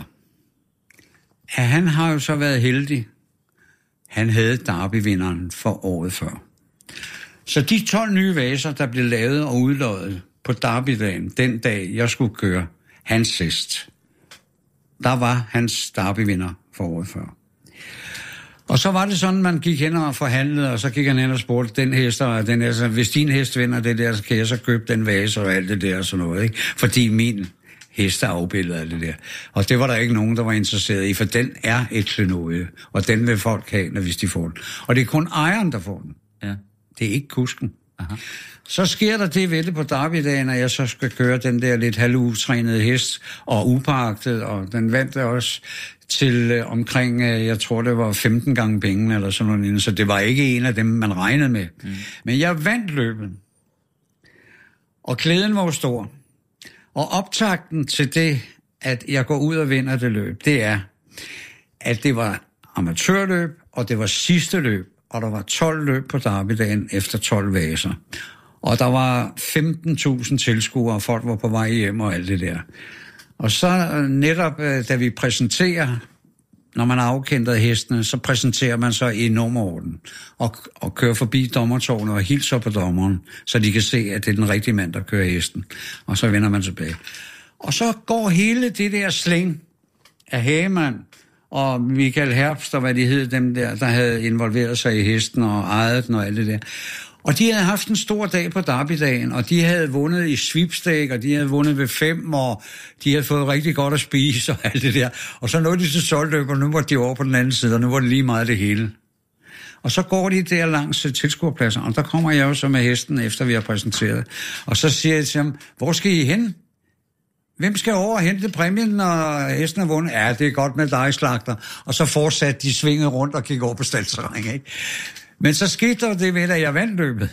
at han har jo så været heldig. Han havde derbyvinderen for året før. Så de tolv nye vaser, der blev lavet og udløjet på derbydagen, den dag, jeg skulle køre hans hest, der var hans derbyvinder for året før. Og så var det sådan, man gik hen og forhandlede, og så gik han hen og spurgte, den hest og den her, hvis din hest vinder det der, så kan jeg så købe den vase og alt det der og sådan noget, ikke? Fordi min hest er afbildet af det der. Og det var der ikke nogen, der var interesseret i, for den er et klenodie, og den vil folk have, når hvis de får den. Og det er kun ejeren, der får den. Ja. Det er ikke kusken. Aha. Så sker der det ved det på derbydagen, at jeg så skal køre den der lidt halvutrænede hest, og upagtet, og den vandt også til øh, omkring, øh, jeg tror det var femten gange penge, eller sådan noget, så det var ikke en af dem, man regnede med. Mm. Men jeg vandt løbet, og glæden var jo stor. Og optakten til det, at jeg går ud og vinder det løb, det er, at det var amatørløb, og det var sidste løb, og der var tolv løb på derbydagen efter tolv vaser. Og der var femten tusind tilskuere, og folk var på vej hjem og alt det der. Og så netop, da vi præsenterer, når man har afkendt hestene, så præsenterer man så i nummerorden, og, og kører forbi dommertårnet og hilser på dommeren, så de kan se, at det er den rigtige mand, der kører hesten. Og så vender man tilbage. Og så går hele det der slæng af Hagemann og Michael Herbst, og hvad de hed, dem der, der havde involveret sig i hesten og ejet den og alt det der. Og de havde haft en stor dag på derbydagen, og de havde vundet i sweepstake, og de havde vundet ved fem, og de havde fået rigtig godt at spise og alt det der. Og så nåede de til solgløb, og nu var de over på den anden side, og nu var det lige meget det hele. Og så går de der langs tilskuerpladser, og der kommer jeg jo så med hesten, efter vi har præsenteret. Og så siger jeg til ham, hvor skal I hen? Hvem skal over og hente præmien, når hesten er vundet? Ja, det er godt med dig, slagter. Og så fortsatte de svinget rundt og gik over på staldterræn, ikke? Men så skete der det ved, at jeg vandt løbet.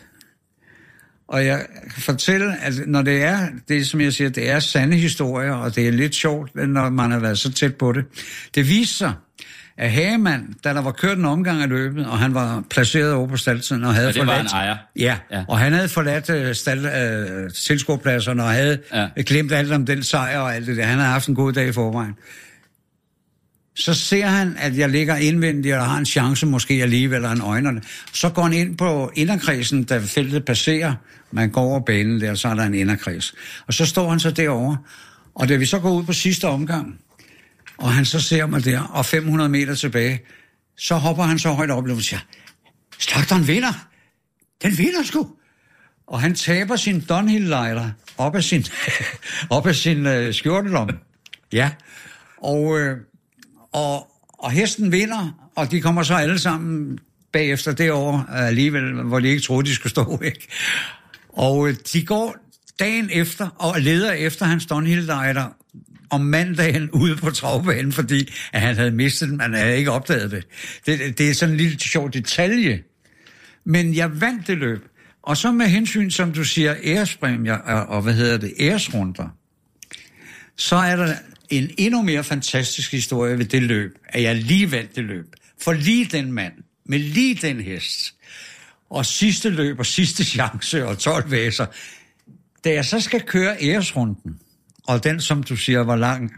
Og jeg kan fortælle, at når det er, det som jeg siger, det er sande historier, og det er lidt sjovt, når man har været så tæt på det. Det viser sig, at Hagemann, da der var kørt en omgang af løbet, og han var placeret over på staldtiden, og havde og det forladt... var en ejer. Ja, ja, og han havde forladt stald, øh, tilskuerpladserne, og havde ja. glemt alt om den sejr og alt det der. Han havde haft en god dag i forvejen. Så ser han, at jeg ligger indvendigt, og har en chance måske alligevel, eller en øjnerne. Så går han ind på inderkredsen, da feltet passerer. Man går over banen der, så er der en inderkreds. Og så står han så derovre. Og da vi så går ud på sidste omgang, og han så ser mig der, og fem hundrede meter tilbage, så hopper han så højt op, og siger, slagteren vinder! Den vinder sgu! Og han taber sin Dunhill-lejder op af sin, op af sin uh, skjortelomme. Ja. Og... Øh, Og, og hesten vinder, og de kommer så alle sammen bagefter det år alligevel, hvor de ikke troede, de skulle stå, ikke? Og de går dagen efter og leder efter hans Dunhill-lejder om mandagen ude på travbanen, fordi at han havde mistet den, man havde ikke opdaget det. det. Det er sådan en lille sjov detalje. Men jeg vandt det løb. Og så med hensyn, som du siger, ærespræmier og, og hvad hedder det, æresrunder, så er der en endnu mere fantastisk historie ved det løb, at jeg lige vandt det løb. For lige den mand, med lige den hest, og sidste løb og sidste chance og tolv vaser, da jeg så skal køre æresrunden, og den, som du siger, var lang,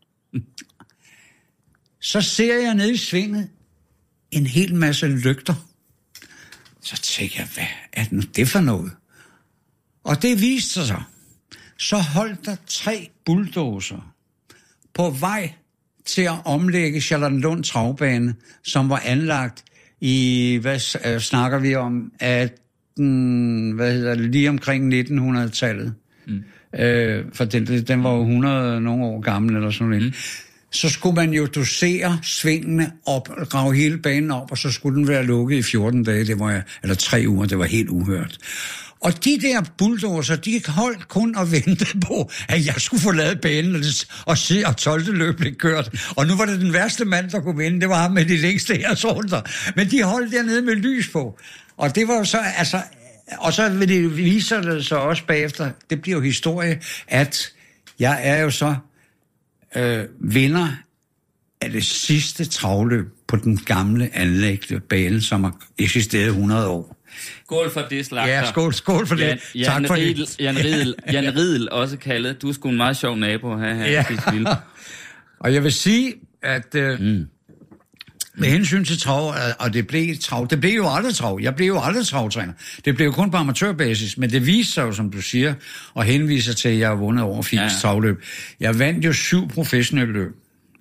så ser jeg nede i svinget en hel masse lygter. Så tænker jeg, hvad er det nu det for noget? Og det viste sig. Så holdt der tre bulldozer på vej til at omlægge Charlottenlund Travbane, som var anlagt i, hvad snakker vi om, at den, hvad hedder det, lige omkring nitten hundrede-tallet. Mm. Øh, for den, den var jo hundrede nogle år gammel eller sådan noget. Mm. Så skulle man jo dosere svingene op, grave hele banen op, og så skulle den være lukket i fjorten dage, det var, eller tre uger, det var helt uhørt. Og de der bulldozer, de holdt kun og ventede på, at jeg skulle få lavet banen, og se, og tolvte løb blev kørt. Og nu var det den værste mand, der kunne vinde, det var ham med de længste hersunder. Men de holdt dernede med lys på. Og det var jo så, altså, og så vil det vise det så også bagefter, det bliver jo historie, at jeg er jo så øh, vinder af det sidste travløb på den gamle anlægte bane, som har eksisteret hundrede år. Skål for det, slagter. Ja, skål, skål for det. Jan, Jan tak for Riedel, det. Jan Riedel, Jan Riedel også kaldet. Du er sgu en meget sjov nabo her, her ja. i Tisvilde. Og jeg vil sige, at øh, mm. med hensyn til trav, og det blev trav, det blev jo aldrig trav. Jeg blev jo aldrig travtræner. Det blev jo kun på amatørbasis, men det viser sig jo, som du siger, og henviser til, at jeg har vundet over firs ja. travløb. Jeg vandt jo syv professionelle løb.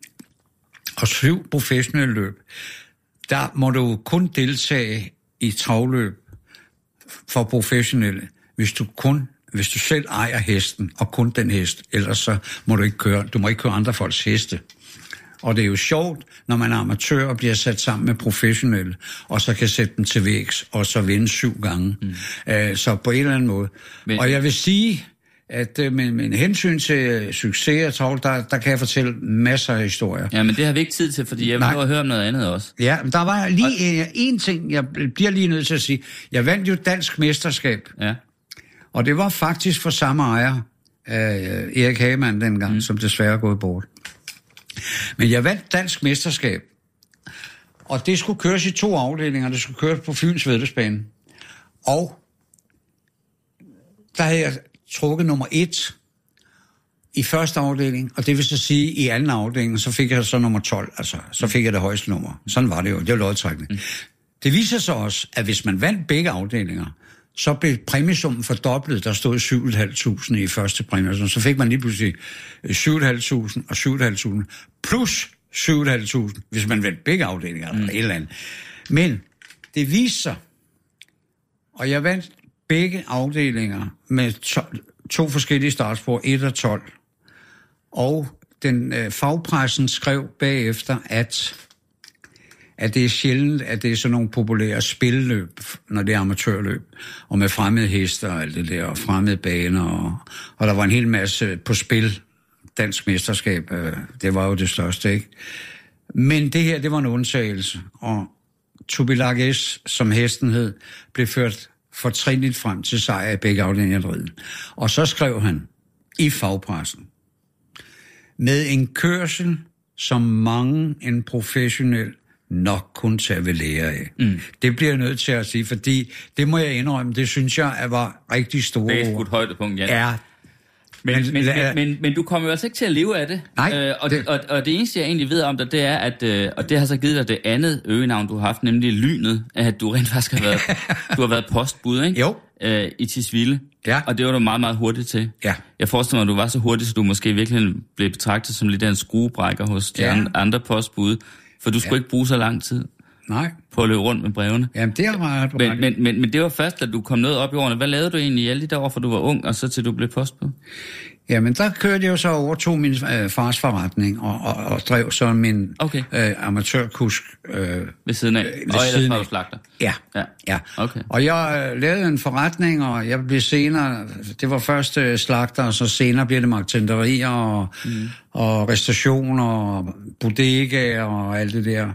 Og syv professionelle løb, der må du kun deltage i travløb for professionelle, hvis du kun, hvis du selv ejer hesten, og kun den hest, ellers så må du ikke køre, du må ikke køre andre folks heste. Og det er jo sjovt, når man er amatør og bliver sat sammen med professionelle, og så kan sætte dem til vægs, og så vinde syv gange. Mm. Uh, så på en eller anden måde. Men, og jeg vil sige, at uh, med, med hensyn til uh, succes og travl, der, der kan jeg fortælle masser af historier. Ja, men det har vi ikke tid til, fordi jeg vil have høre om noget andet også. Ja, men der var lige en ting, jeg bliver lige nødt til at sige. Jeg vandt jo dansk mesterskab. Ja. Og det var faktisk for samme ejer, uh, Erik Hagemann dengang, mm. som desværre er gået bort. Men jeg vandt dansk mesterskab. Og det skulle køres i to afdelinger. Det skulle køres på Fyns Væddeløbsbane. Og der havde jeg trukket nummer et i første afdeling, og det vil så sige, i anden afdeling, så fik jeg så nummer tolv, altså, så fik jeg det højeste nummer. Sådan var det jo, det var lodtrækning. Mm. Det viser sig også, at hvis man vandt begge afdelinger, så blev præmiesummen fordoblet, der stod syv tusind fem hundrede i første præmie, så fik man lige pludselig syv tusind fem hundrede og syv tusind fem hundrede plus syv tusind fem hundrede, hvis man vandt begge afdelinger, mm. eller et eller andet. Men det viste sig, og jeg vandt begge afdelinger med to, to forskellige startspor, et og tolv. Og den øh, fagpressen skrev bagefter, at, at det er sjældent, at det er sådan nogle populære spilleløb, når det er amatørløb, og med fremmede hester og alt det der, og fremmede baner, og, og der var en hel masse på spil. Dansk mesterskab, øh, det var jo det største, ikke? Men det her, det var en undtagelse, og Tubilag S, som hesten hed, blev ført fortrinligt frem til sejr i begge afdelinger. Og så skrev han i fagpressen, med en kørsel, som mange en professionel nok kunne tage ved lære af. Mm. Det bliver jeg nødt til at sige, fordi det må jeg indrømme, det synes jeg var rigtig store ord. Det er et højdepunkt, ja. Ja. Men, men, men, men, men, men du kommer jo altså ikke til at leve af det. Nej. Øh, og, det... Og, og det eneste, jeg egentlig ved om dig, det er, at, øh, og det har så givet dig det andet øgenavn, du har haft, nemlig Lynet, at du rent faktisk har været, du har været postbud, ikke? Jo. Øh, i Tisvilde. Ja. Og det var du meget, meget hurtigt til. Ja. Jeg forestiller mig, at du var så hurtig, så du måske virkelig blev betragtet som lidt af en skruebrækker hos de ja. andre postbud, for du skulle ja. ikke bruge så lang tid. Nej. På at løbe rundt med brevene. Jamen, det har meget men, men, men, men det var først, da du kom ned op i årene. Hvad lavede du egentlig i alle de der år, for du var ung, og så til du blev postbud? Jamen, der kørte jeg jo så over to min øh, fars forretning, og, og, og drev så min okay. øh, amatørkusk. Øh, ved siden af? Øh, og ellers var du slagter? Ja. ja. ja. Okay. Og jeg øh, lavede en forretning, og jeg blev senere, det var først øh, slagter, og så senere blev det marketenderier, og, mm. og restaurationer, og bodegaer, og alt det der.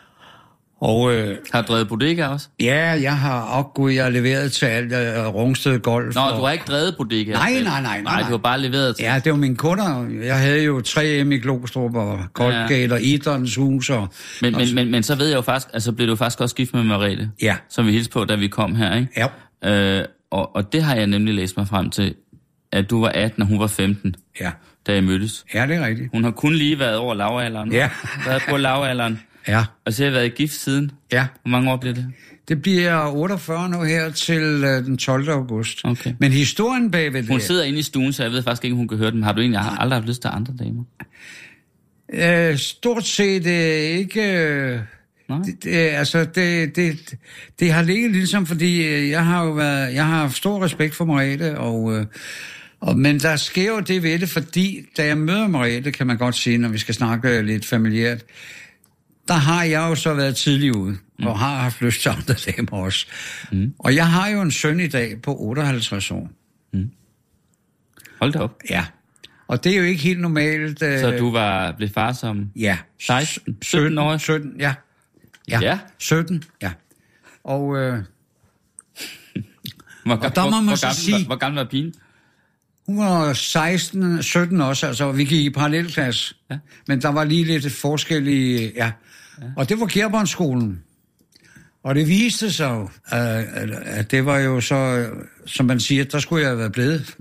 Og, øh, har du drevet bodega også? Ja, jeg har også gud, jeg har leveret til alt øh, Rungsted Golf. Nå, og... du har ikke drevet bodega? Nej, nej, nej, nej. Nej, du har bare leveret til? Ja, det var mine kunder. Jeg havde jo tre M i Glostrup og Colgate ja. og Idrættens Hus. Og, men, og... Men, men, men så ved jeg jo faktisk, altså blev du faktisk også gift med Merete, ja. som vi hilste på, da vi kom her, ikke? Ja. Øh, og, og det har jeg nemlig læst mig frem til, at du var atten, og hun var femten, ja. da I mødtes. Ja, det er rigtigt. Hun har kun lige været over lavalderen. Ja. Været på lavalderen. Ja. Og så har jeg været gift siden. Ja. Hvor mange år bliver det? Det bliver otteogfyrre nu her til uh, den tolvte august. Okay. Men historien bagved det... Hun sidder inde i stuen, så jeg ved faktisk ikke, hun kan høre den. Har du egentlig har aldrig haft lyst til andre damer? Uh, stort set uh, ikke... Uh, Det, det, altså, det, det, det har ligget ligesom, fordi jeg har jo været, jeg har haft stor respekt for Merete, og, og, men der sker jo det ved det, fordi da jeg møder Merete, kan man godt sige, når vi skal snakke lidt familiært, der har jeg jo så været tidlig ude, mm. og har haft lyst til andre damer også. Mm. Og jeg har jo en søn i dag på otteoghalvtreds år. Mm. Hold da op. Ja. Og det er jo ikke helt normalt. Så du var blev far som ja. seksten, sytten år? sytten, ja. Ja, ja. sytten, ja. Og, øh, hvor, og der må man hvor, så gammel, sige... Hvor, hvor gammel var pigen? Hun var seksten, sytten også, altså vi gik i parallelklasse. Ja. Men der var lige lidt forskel i... Ja. ja. Og det var Kjærbåndsskolen. Og det viste sig jo, at det var jo så, som man siger, der skulle jeg være blevet.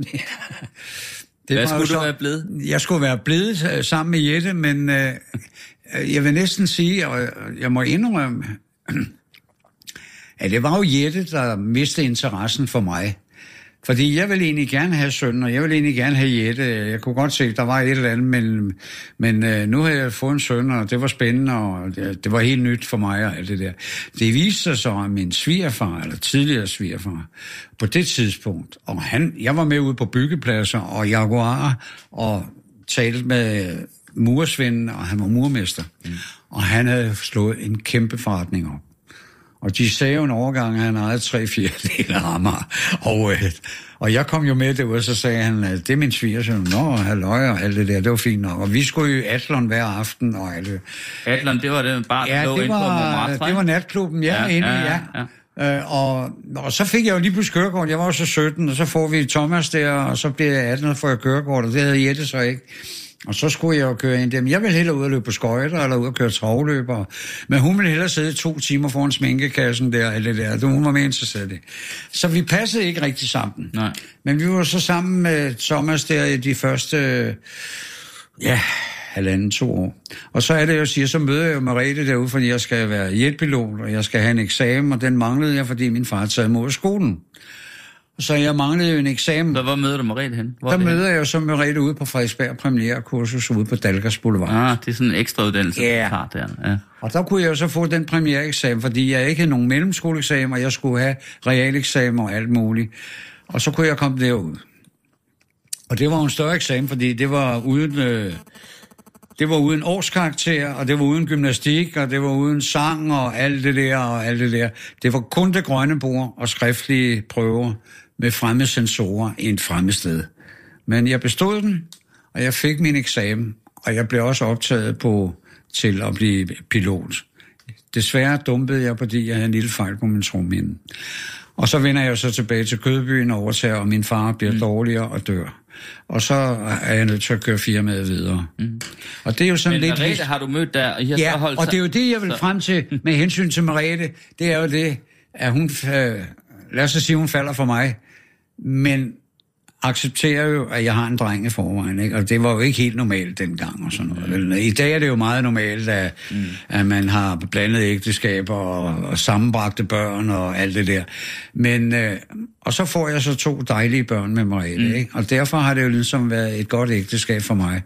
Det Hvad skulle så, du være blevet? Jeg skulle være blevet sammen med Jette, men øh, jeg vil næsten sige, og jeg må indrømme, at det var jo Jette, der mistede interessen for mig. Fordi jeg ville egentlig gerne have søn, og jeg ville egentlig gerne have Jette. Jeg kunne godt se, at der var et eller andet, men, men øh, nu havde jeg fået en søn, og det var spændende, og det, det var helt nyt for mig og alt det der. Det viste sig så, at min svigerfar, eller tidligere svigerfar, på det tidspunkt, og han, jeg var med ude på byggepladser og Jaguar, og talte med murersvenden, og han var murmester. Mm. Og han havde slået en kæmpe forretning op. Og de sagde jo en overgang, at han ejede tre fjerdedele af Amager. Og, øh, og jeg kom jo med det, og så sagde han, at det er min svigersøn. Nå, halløj og alt det der, det var fint nok. Og vi skulle jo i Adlon hver aften og alt det. Adlon, det var den bar, der ja, lå det inde på Montmartre, det var natklubben, ja, ja inde, ja. ja. ja. Øh, og, og så fik jeg jo lige pludselig kørekort. Jeg var jo så sytten, og så får vi Thomas der, og så bliver jeg atten og får jeg kørekort, og det havde Jette så ikke. Og så skulle jeg jo køre ind der. Men jeg ville hellere ud og løbe på skøjter, eller ud og køre travløber. Men hun ville hellere sidde to timer foran sminkekassen der, eller det der. Hun var mere interesseret i. Så vi passede ikke rigtig sammen. Nej. Men vi var så sammen med Thomas der i de første, ja, halvanden, to år. Og så er det, jeg siger, så møder jeg jo Merete derude, fordi jeg skal være jetpilot, og jeg skal have en eksamen, og den manglede jeg, fordi min far taget imod skolen. Så jeg manglede jo en eksamen. Hvor møder du Merete hen? Hvor der møder jeg jo så Merete ude på Frederiksberg premierekursus ude på Dalgas Boulevard. Ah, det er sådan en ekstra uddannelse, ja. du tager der. Ja. Og der kunne jeg jo så få den premiereeksamen, fordi jeg ikke havde nogen mellemskoleeksamen, og jeg skulle have realeksamen og alt muligt. Og så kunne jeg komme derud. Og det var en større eksamen, fordi det var uden... Øh, det var uden årskarakter, og det var uden gymnastik, og det var uden sang og alt det der og alt det der. Det var kun det grønne bord og skriftlige prøver med fremme sensorer i et fremme sted. Men jeg bestod den, og jeg fik min eksamen, og jeg blev også optaget på til at blive pilot. Desværre dumpede jeg, fordi jeg havde en lille fejl på min tromminde. Og så vender jeg så tilbage til Kødbyen og overtager, og min far bliver mm. dårligere og dør. Og så er jeg nødt til at køre firmaet videre. Mm. Og det er jo sådan Men lidt... Merete har du mødt der, og I har ja, så holdt og det er jo det, jeg vil så... frem til med hensyn til Merete. Det er jo det, at hun... Øh, lad os sige, hun falder for mig. Men accepterer jo, at jeg har en dreng i forvejen, ikke? Og det var jo ikke helt normalt dengang og sådan noget. Mm. I dag er det jo meget normalt, at, mm. at man har blandet ægteskaber og, og sammenbragte børn og alt det der. Men, øh, og så får jeg så to dejlige børn med Merete, mm. ikke? Og derfor har det jo ligesom været et godt ægteskab for mig.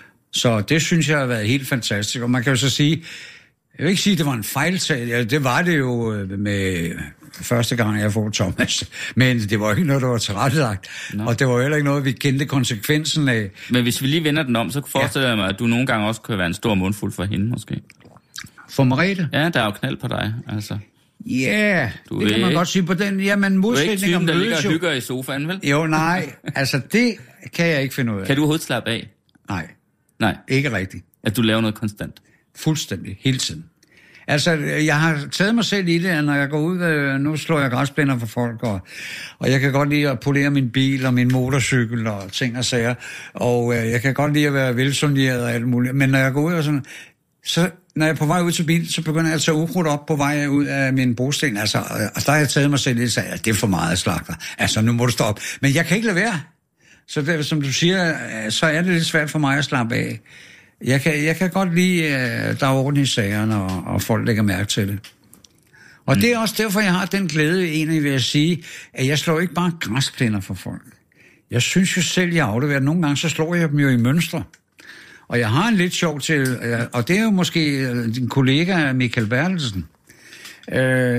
Så det synes jeg har været helt fantastisk. Og man kan jo så sige, jeg vil ikke sige, at det var en fejltag. Ja, det var det jo med første gang, jeg får Thomas. Men det var ikke noget, der var tilrettelagt. No. Og det var heller ikke noget, vi kendte konsekvensen af. Men hvis vi lige vender den om, så forestiller jeg mig, at du nogle gange også kan være en stor mundfuld for hende, måske. For Merete? Ja, der er jo knald på dig, altså. Ja, yeah, det kan man godt sige på den. Jamen, modsætninger mødes jo. Du er ikke typen, der ligger og hygger i sofaen, vel? Jo, nej. Altså, det kan jeg ikke finde ud af. Kan du overhovedet slappe af? Nej. Nej. Ikke rigtigt. At du laver noget konstant? Fuldstændig. Hele tiden. Altså, jeg har taget mig selv i det, når jeg går ud, øh, nu slår jeg græsplæner for folk, og, og jeg kan godt lide at polere min bil og min motorcykel og ting og sager, og øh, jeg kan godt lide at være velsoneret og alt muligt, men når jeg går ud og sådan, så når jeg er på vej ud til bilen, så begynder jeg at tage ukrudt op på vej ud af min brosten, altså, og der har jeg taget mig selv i det, at det er for meget slagter, altså nu må du stoppe, men jeg kan ikke lade være, så det, som du siger, så er det lidt svært for mig at slappe af. Jeg kan, jeg kan godt lide, at der er orden i sagerne, og, og folk lægger mærke til det. Og mm. det er også derfor, jeg har den glæde, egentlig ved at sige, at jeg slår ikke bare græsplæner for folk. Jeg synes jo selv, jeg afleverer. Nogle gange, så slår jeg dem jo i mønstre. Og jeg har en lidt sjov til, og det er jo måske din kollega Michael Bertelsen. Øh,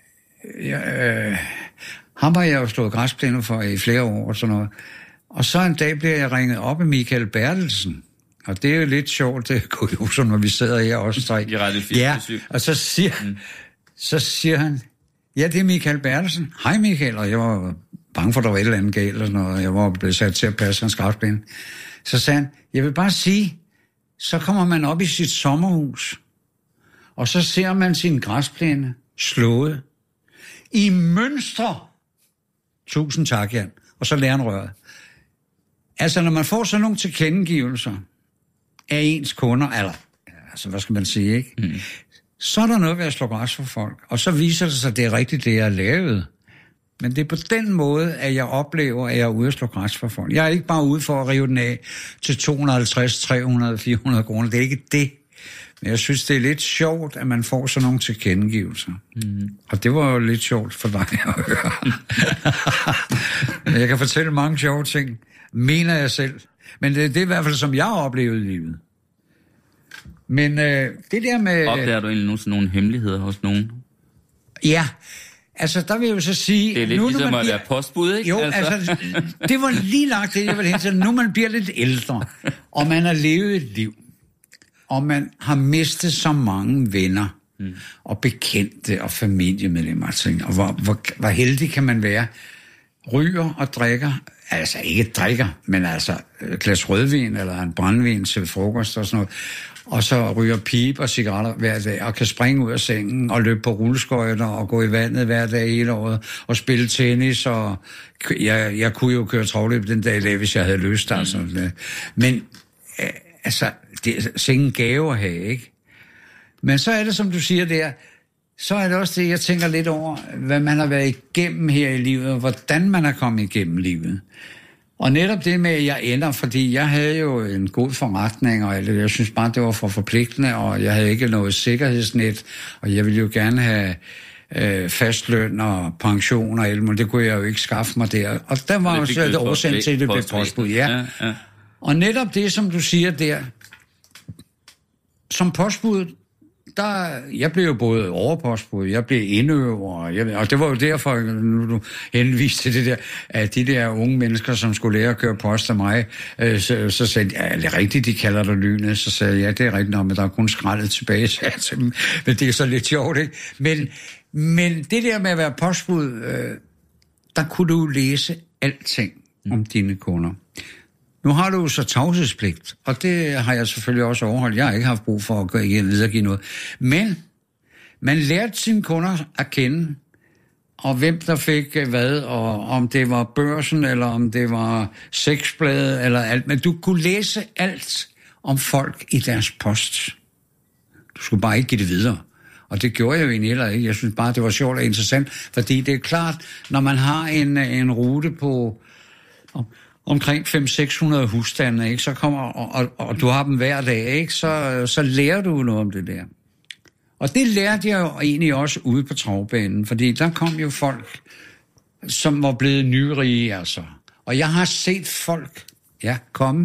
jeg, øh, ham har jeg jo stået græsplæne for i flere år og sådan noget. Og så en dag bliver jeg ringet op af Michael Bertelsen. Og det er jo lidt sjovt, det er kurioso, når vi sidder her også tre. I Radio fire syv. Ja, og så siger, mm. så siger han, ja, det er Michael Bertelsen. Hej Michael, og jeg var bange for, at der var et eller andet galt, og sådan noget. Jeg var blevet sat til at passe hans græsplæne. Så sagde han, jeg vil bare sige, så kommer man op i sit sommerhus, og så ser man sin græsplæne slået i mønstre. Tusind tak, Jan. Og så lærer han røret. Altså, når man får sådan nogle tilkendegivelser af ens kunder, eller, altså, hvad skal man sige, ikke? Mm. Så er der noget ved at slå græs for folk. Og så viser det sig, at det er rigtigt, det jeg har lavet. Men det er på den måde, at jeg oplever, at jeg er ude at slå græs for folk. Jeg er ikke bare ude for at rive den af til to hundrede og halvtreds, tre hundrede, fire hundrede kroner. Det er ikke det. Men jeg synes, det er lidt sjovt, at man får sådan nogle tilkendegivelser. Mm. Og det var jo lidt sjovt for dig at høre. Jeg kan fortælle mange sjove ting, mener jeg selv. Men det, det er i hvert fald, som jeg har oplevet i livet. Men øh, det der med... Opdager du egentlig nogle, nogle hemmeligheder hos nogen? Ja, altså der vil jeg jo så sige... Det er lidt nu, ligesom at bliver... være postbud, ikke? Jo, altså, altså det var lige lagt det, jeg ville hen til. Nu man bliver lidt ældre, og man har levet et liv, og man har mistet så mange venner, mm. og bekendte og familiemedlemmer, og hvor, hvor, hvor heldig kan man være? Ryger og drikker, altså ikke drikker, men altså et glas rødvin eller en brændvin til frokost og sådan noget, og så ryger pip og cigaretter hver dag, og kan springe ud af sengen og løbe på rulleskøjter og gå i vandet hver dag hele året, og spille tennis, og jeg, jeg kunne jo køre travløb den dag i dag, hvis jeg havde lyst, mm. altså. Men øh, altså, det er ingen gave at have, ikke? Men så er det, som du siger der, så er det også det, jeg tænker lidt over, hvad man har været igennem her i livet, og hvordan man er kommet igennem livet. Og netop det med, at jeg ender, fordi jeg havde jo en god forretning, og jeg synes bare, det var for forpligtende, og jeg havde ikke noget sikkerhedsnet, og jeg ville jo gerne have øh, fastløn og pension og alt, men det kunne jeg jo ikke skaffe mig der. Og der var jo så et årsag til, det blev postbud. Ja. Ja, ja. Og netop det, som du siger der, som postbud, der, jeg blev jo både overpostbud, jeg blev indøver, og, jeg, og det var jo derfor, nu du henviste til det der, at de der unge mennesker, som skulle lære at køre post af mig, øh, så, så sagde de, ja, det er rigtigt, de kalder dig Lynet, så sagde jeg, ja, det er rigtigt, men der er kun skrællet tilbage, sagde til dem, men det er så lidt sjovt, ikke? Men, men det der med at være postbud, øh, der kunne du læse alting om dine kunder. Nu har du jo så tavshedspligt, og det har jeg selvfølgelig også overholdt. Jeg har ikke haft brug for at gå igen videregive noget. Men man lærte sine kunder at kende, og hvem der fik hvad, og om det var børsen, eller om det var sexbladet, eller alt. Men du kunne læse alt om folk i deres post. Du skulle bare ikke give det videre. Og det gjorde jeg jo egentlig heller ikke. Jeg synes bare, det var sjovt og interessant, fordi det er klart, når man har en, en rute på... omkring fem til seks hundrede husstande, ikke? Så kommer, og, og, og du har dem hver dag, ikke? Så, så lærer du noget om det der. Og det lærte jeg jo egentlig også ude på travbanen, fordi der kom jo folk, som var blevet nyrige, altså. Og jeg har set folk, ja, komme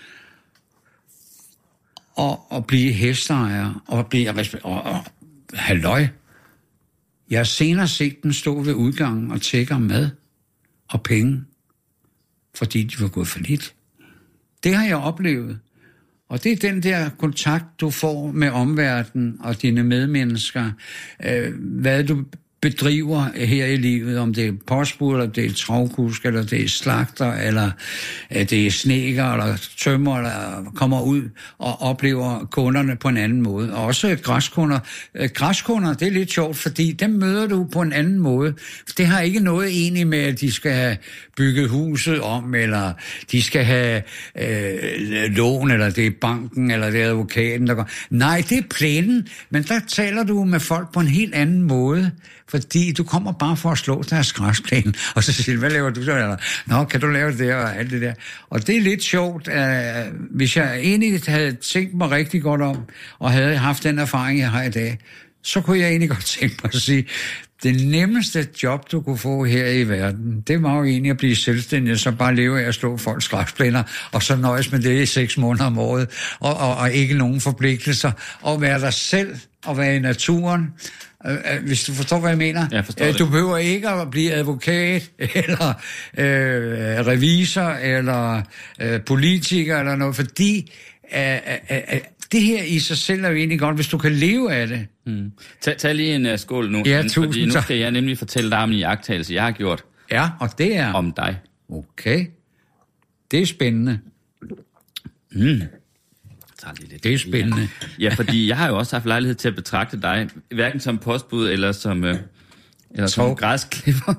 og, og blive hesteejere, og blive, og, og halløj. Jeg har senere set dem stå ved udgangen og tække om mad og penge, fordi de var gået for lidt. Det har jeg oplevet. Og det er den der kontakt, du får med omverdenen og dine medmennesker. Øh, hvad du bedriver her i livet, om det er postbud, eller det er travkusk, eller det er slagter, eller det er snedker, eller tømmer, eller kommer ud og oplever kunderne på en anden måde. Og også græskunder. Græskunder, det er lidt sjovt, fordi dem møder du på en anden måde. Det har ikke noget egentlig med, at de skal have bygget huset om, eller de skal have øh, lån, eller det er banken, eller det er advokaten, der går. Nej, det er plænen, men der taler du med folk på en helt anden måde, fordi du kommer bare for at slå deres græsplæne, og så siger, hvad laver du så? Eller, nå, kan du lave det der og alt det der? Og det er lidt sjovt, at hvis jeg egentlig havde tænkt mig rigtig godt om, og havde haft den erfaring, jeg har i dag, så kunne jeg egentlig godt tænke mig at sige, Det nemmeste job, du kunne få her i verden, det var jo egentlig at blive selvstændig, så bare leve af at slå folks skræksplænder, og så nøjes med det i seks måneder om året, og, og, og ikke nogen forpligtelser, og være dig selv, og være i naturen. Hvis du forstår, hvad jeg mener. Jeg forstår du behøver ikke at blive advokat, eller øh, revisor, eller øh, politiker, eller noget, fordi øh, øh, øh, det her i sig selv er jo egentlig godt, hvis du kan leve af det. Hmm. Tag, tag lige en uh, skål nu, ja, men, fordi nu skal jeg nemlig fortælle dig om en iagttagelse, jeg har gjort. Ja, og det er... Om dig. Okay. Det er spændende. Mm. Det er spændende. Ja, fordi jeg har jo også haft lejlighed til at betragte dig, hverken som postbud eller som, øh, eller som græsklipper,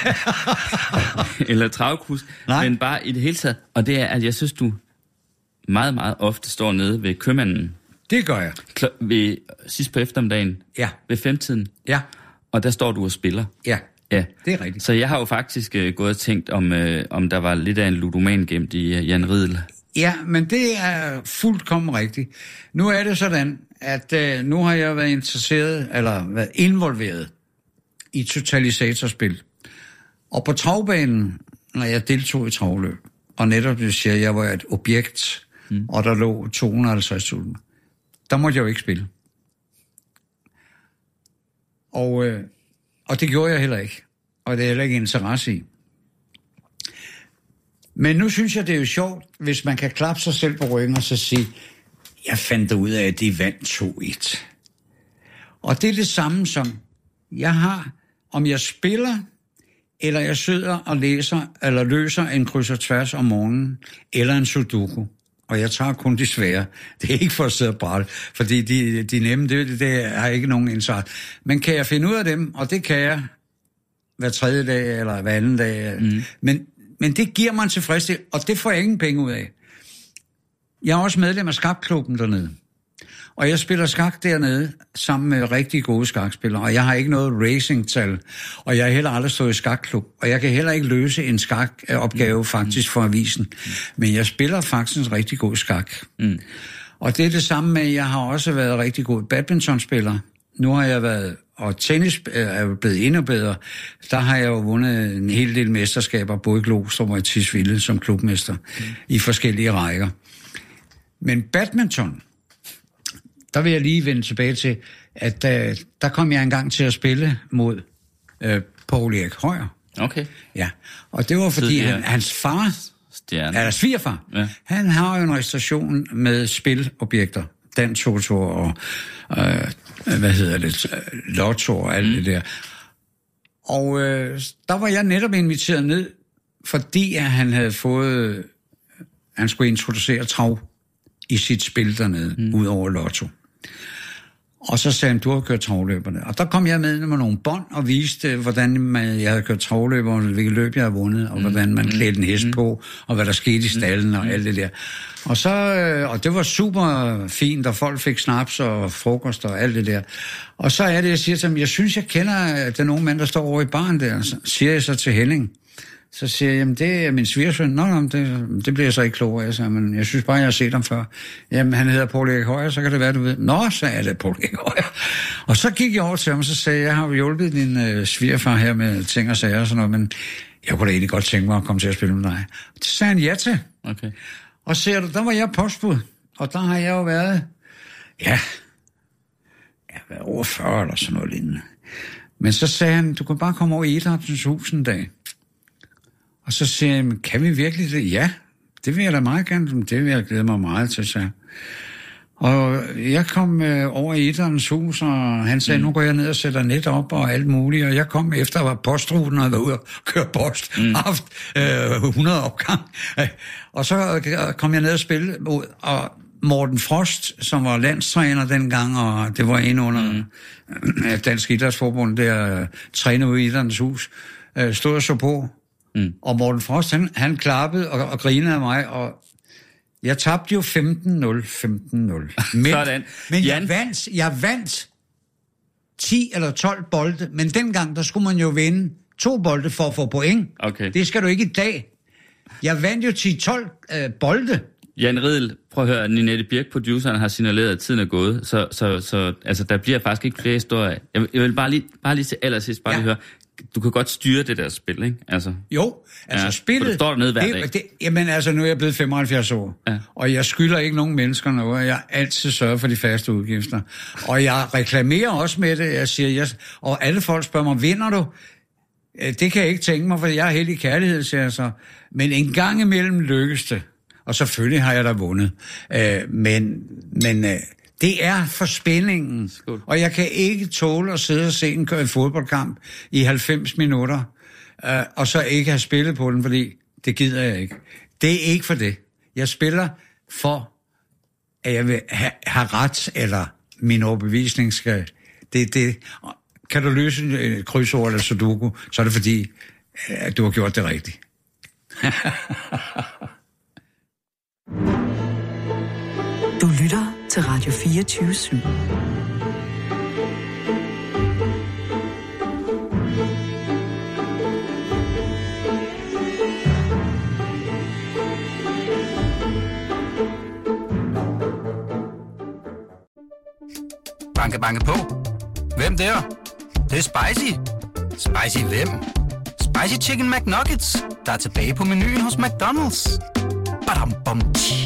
eller travkusk, men bare i det hele taget. Og det er, at jeg synes, du meget, meget ofte står nede ved købmanden. Det gør jeg. Kl- ved, sidst på eftermiddagen. Ja. Ved femtiden. Ja. Og der står du og spiller. Ja. Ja, det er rigtigt. Så jeg har jo faktisk øh, gået og tænkt, om, øh, om der var lidt af en ludoman gemt i øh, Jan Riedel. Ja, men det er fuldkommen rigtigt. Nu er det sådan, at øh, nu har jeg været interesseret, eller været involveret i totalisatorspil. Og på travbanen, når jeg deltog i travløb, og netop det siger, at jeg var et objekt, mm. og der lå to hundrede og halvtreds tusind, der måtte jeg jo ikke spille. Og, øh, og det gjorde jeg heller ikke. Og det er heller ikke interesse i. Men nu synes jeg, det er jo sjovt, hvis man kan klappe sig selv på ryggen og så sige, jeg fandt ud af, at de vandt to et. Og det er det samme som, jeg har, om jeg spiller, eller jeg sidder og læser, eller løser en kryds og tværs om morgenen, eller en sudoku. Og jeg tager kun de svære. Det er ikke for at sidde og brætte, fordi de, de nemme, det, det har ikke nogen indsigt. Men kan jeg finde ud af dem, og det kan jeg hver tredje dag, eller hver anden dag, mm. men Men det giver mig en tilfredshed, og det får jeg ingen penge ud af. Jeg er også medlem af skakklubben dernede. Og jeg spiller skak dernede sammen med rigtig gode skakspillere. Og jeg har ikke noget racingtal, og jeg har heller aldrig stået i skakklub. Og jeg kan heller ikke løse en skakopgave faktisk for avisen. Men jeg spiller faktisk en rigtig god skak. Mm. Og det er det samme med, at jeg har også været rigtig god badmintonspiller. Nu har jeg været... Og tennis er jo blevet endnu bedre. Der har jeg jo vundet en hel del mesterskaber, både i Glostrup og i Tisvilde som klubmester, mm. i forskellige rækker. Men badminton, der vil jeg lige vende tilbage til, at uh, der kom jeg engang til at spille mod uh, Poul Erik Højer. Okay. Ja, og det var fordi han, hans far, Stjerne. eller svigerfar, ja. Han har jo en restriktion med spilobjekter. Dantoto og, øh, hvad hedder det, lotto og alt mm. det der. Og øh, der var jeg netop inviteret ned, fordi at han havde fået, han skulle introducere trav i sit spil dernede, mm. ud over lotto. Og så sagde han, du har kørt travløberne. Og der kom jeg med med nogle bånd og viste, hvordan man, jeg havde kørt travløber, og hvilket løb jeg havde vundet, og mm. hvordan man klædte en hest mm. på, og hvad der skete i stallen og mm. alt det der. Og så, og det var super fint, og folk fik snaps og frokost og alt det der. Og så er det, jeg siger til ham, jeg synes, jeg kender den unge mand, der står over i baren der, så siger jeg så til Henning. Så siger jeg, jamen det er min svigersøn. Nå, nå, det, det bliver jeg så ikke klogere af, så, men jeg synes bare, jeg har set ham før. Jamen, han hedder Poul Erik Højer, så kan det være, du ved. Nå, så er det Poul Erik Højer. Og så gik jeg over til ham, og så sagde jeg, jeg har jo hjulpet din øh, svigerfar her med ting og sager og sådan noget, men jeg kunne da egentlig godt tænke mig at komme til at spille med dig. Det sagde han ja til. Okay. Og ser du, der var jeg postbud, og der har jeg jo været, ja, jeg har været over fyrre eller sådan noget lignende. Men så sagde han, du kan bare komme over i Idrættens Hus en dag. Og så siger jeg, kan vi virkelig det? Ja, det vil jeg da meget gerne. Det vil jeg glæde mig meget til, så. Og jeg kom øh, over i Idrættens Hus, og han sagde, mm. nu går jeg ned og sætter net op og alt muligt. Og jeg kom efter, at var postruten, og jeg var ude og køre post, mm. haft øh, hundrede opgang. Og så kom jeg ned og spille ud, og Morten Frost, som var landstræner dengang, og det var en under mm. Dansk Idrætsforbund, der træner ude i Idrættens Hus, øh, stod og så på. Mm. Og Morten Frost, han, han klappede og, og grinede af mig, og jeg tabte jo femten nul, femten nul. Men, Sådan. men jeg vandt, jeg vandt ti eller tolv bolde, men dengang, der skulle man jo vinde to bolde for at få point. Okay. Det skal du ikke i dag. Jeg vandt jo ti tolv øh, bolde. Jan Riedel, prøv at høre, Ninette Birk, produceren, har signaleret, at tiden er gået, så, så, så altså, der bliver faktisk ikke flere historier. Jeg, jeg vil bare lige, bare lige til allersidst bare ja. lige høre, du kan godt styre det der spil, ikke? Altså, jo, altså ja, spillet... du står dernede hver det, dag. Det, jamen altså, nu er jeg blevet femoghalvfjerds år, ja. og jeg skylder ikke nogen mennesker noget, jeg altid sørger for de faste udgifter. Og jeg reklamerer også med det, jeg siger, jeg, og alle folk spørger mig, vinder du? Det kan jeg ikke tænke mig, for jeg er helt i kærlighed, siger jeg så. Men en gang imellem lykkes det, og selvfølgelig har jeg da vundet. Øh, men men øh, det er for spændingen, Skål. Og jeg kan ikke tåle at sidde og se en, en fodboldkamp i halvfems minutter, øh, og så ikke have spillet på den, fordi det gider jeg ikke. Det er ikke for det. Jeg spiller for, at jeg vil have, have ret, eller min overbevisning skal... Det, det, kan du løse et krydsord eller sudoku, så er det fordi, at du har gjort det rigtigt. Du lytter til Radio fireogtyve syv. Banke, banke på. Hvem der? Det er spicy. Spicy hvem? Spicy Chicken McNuggets, der er tilbage på menuen hos McDonald's. Badum, bom, tji.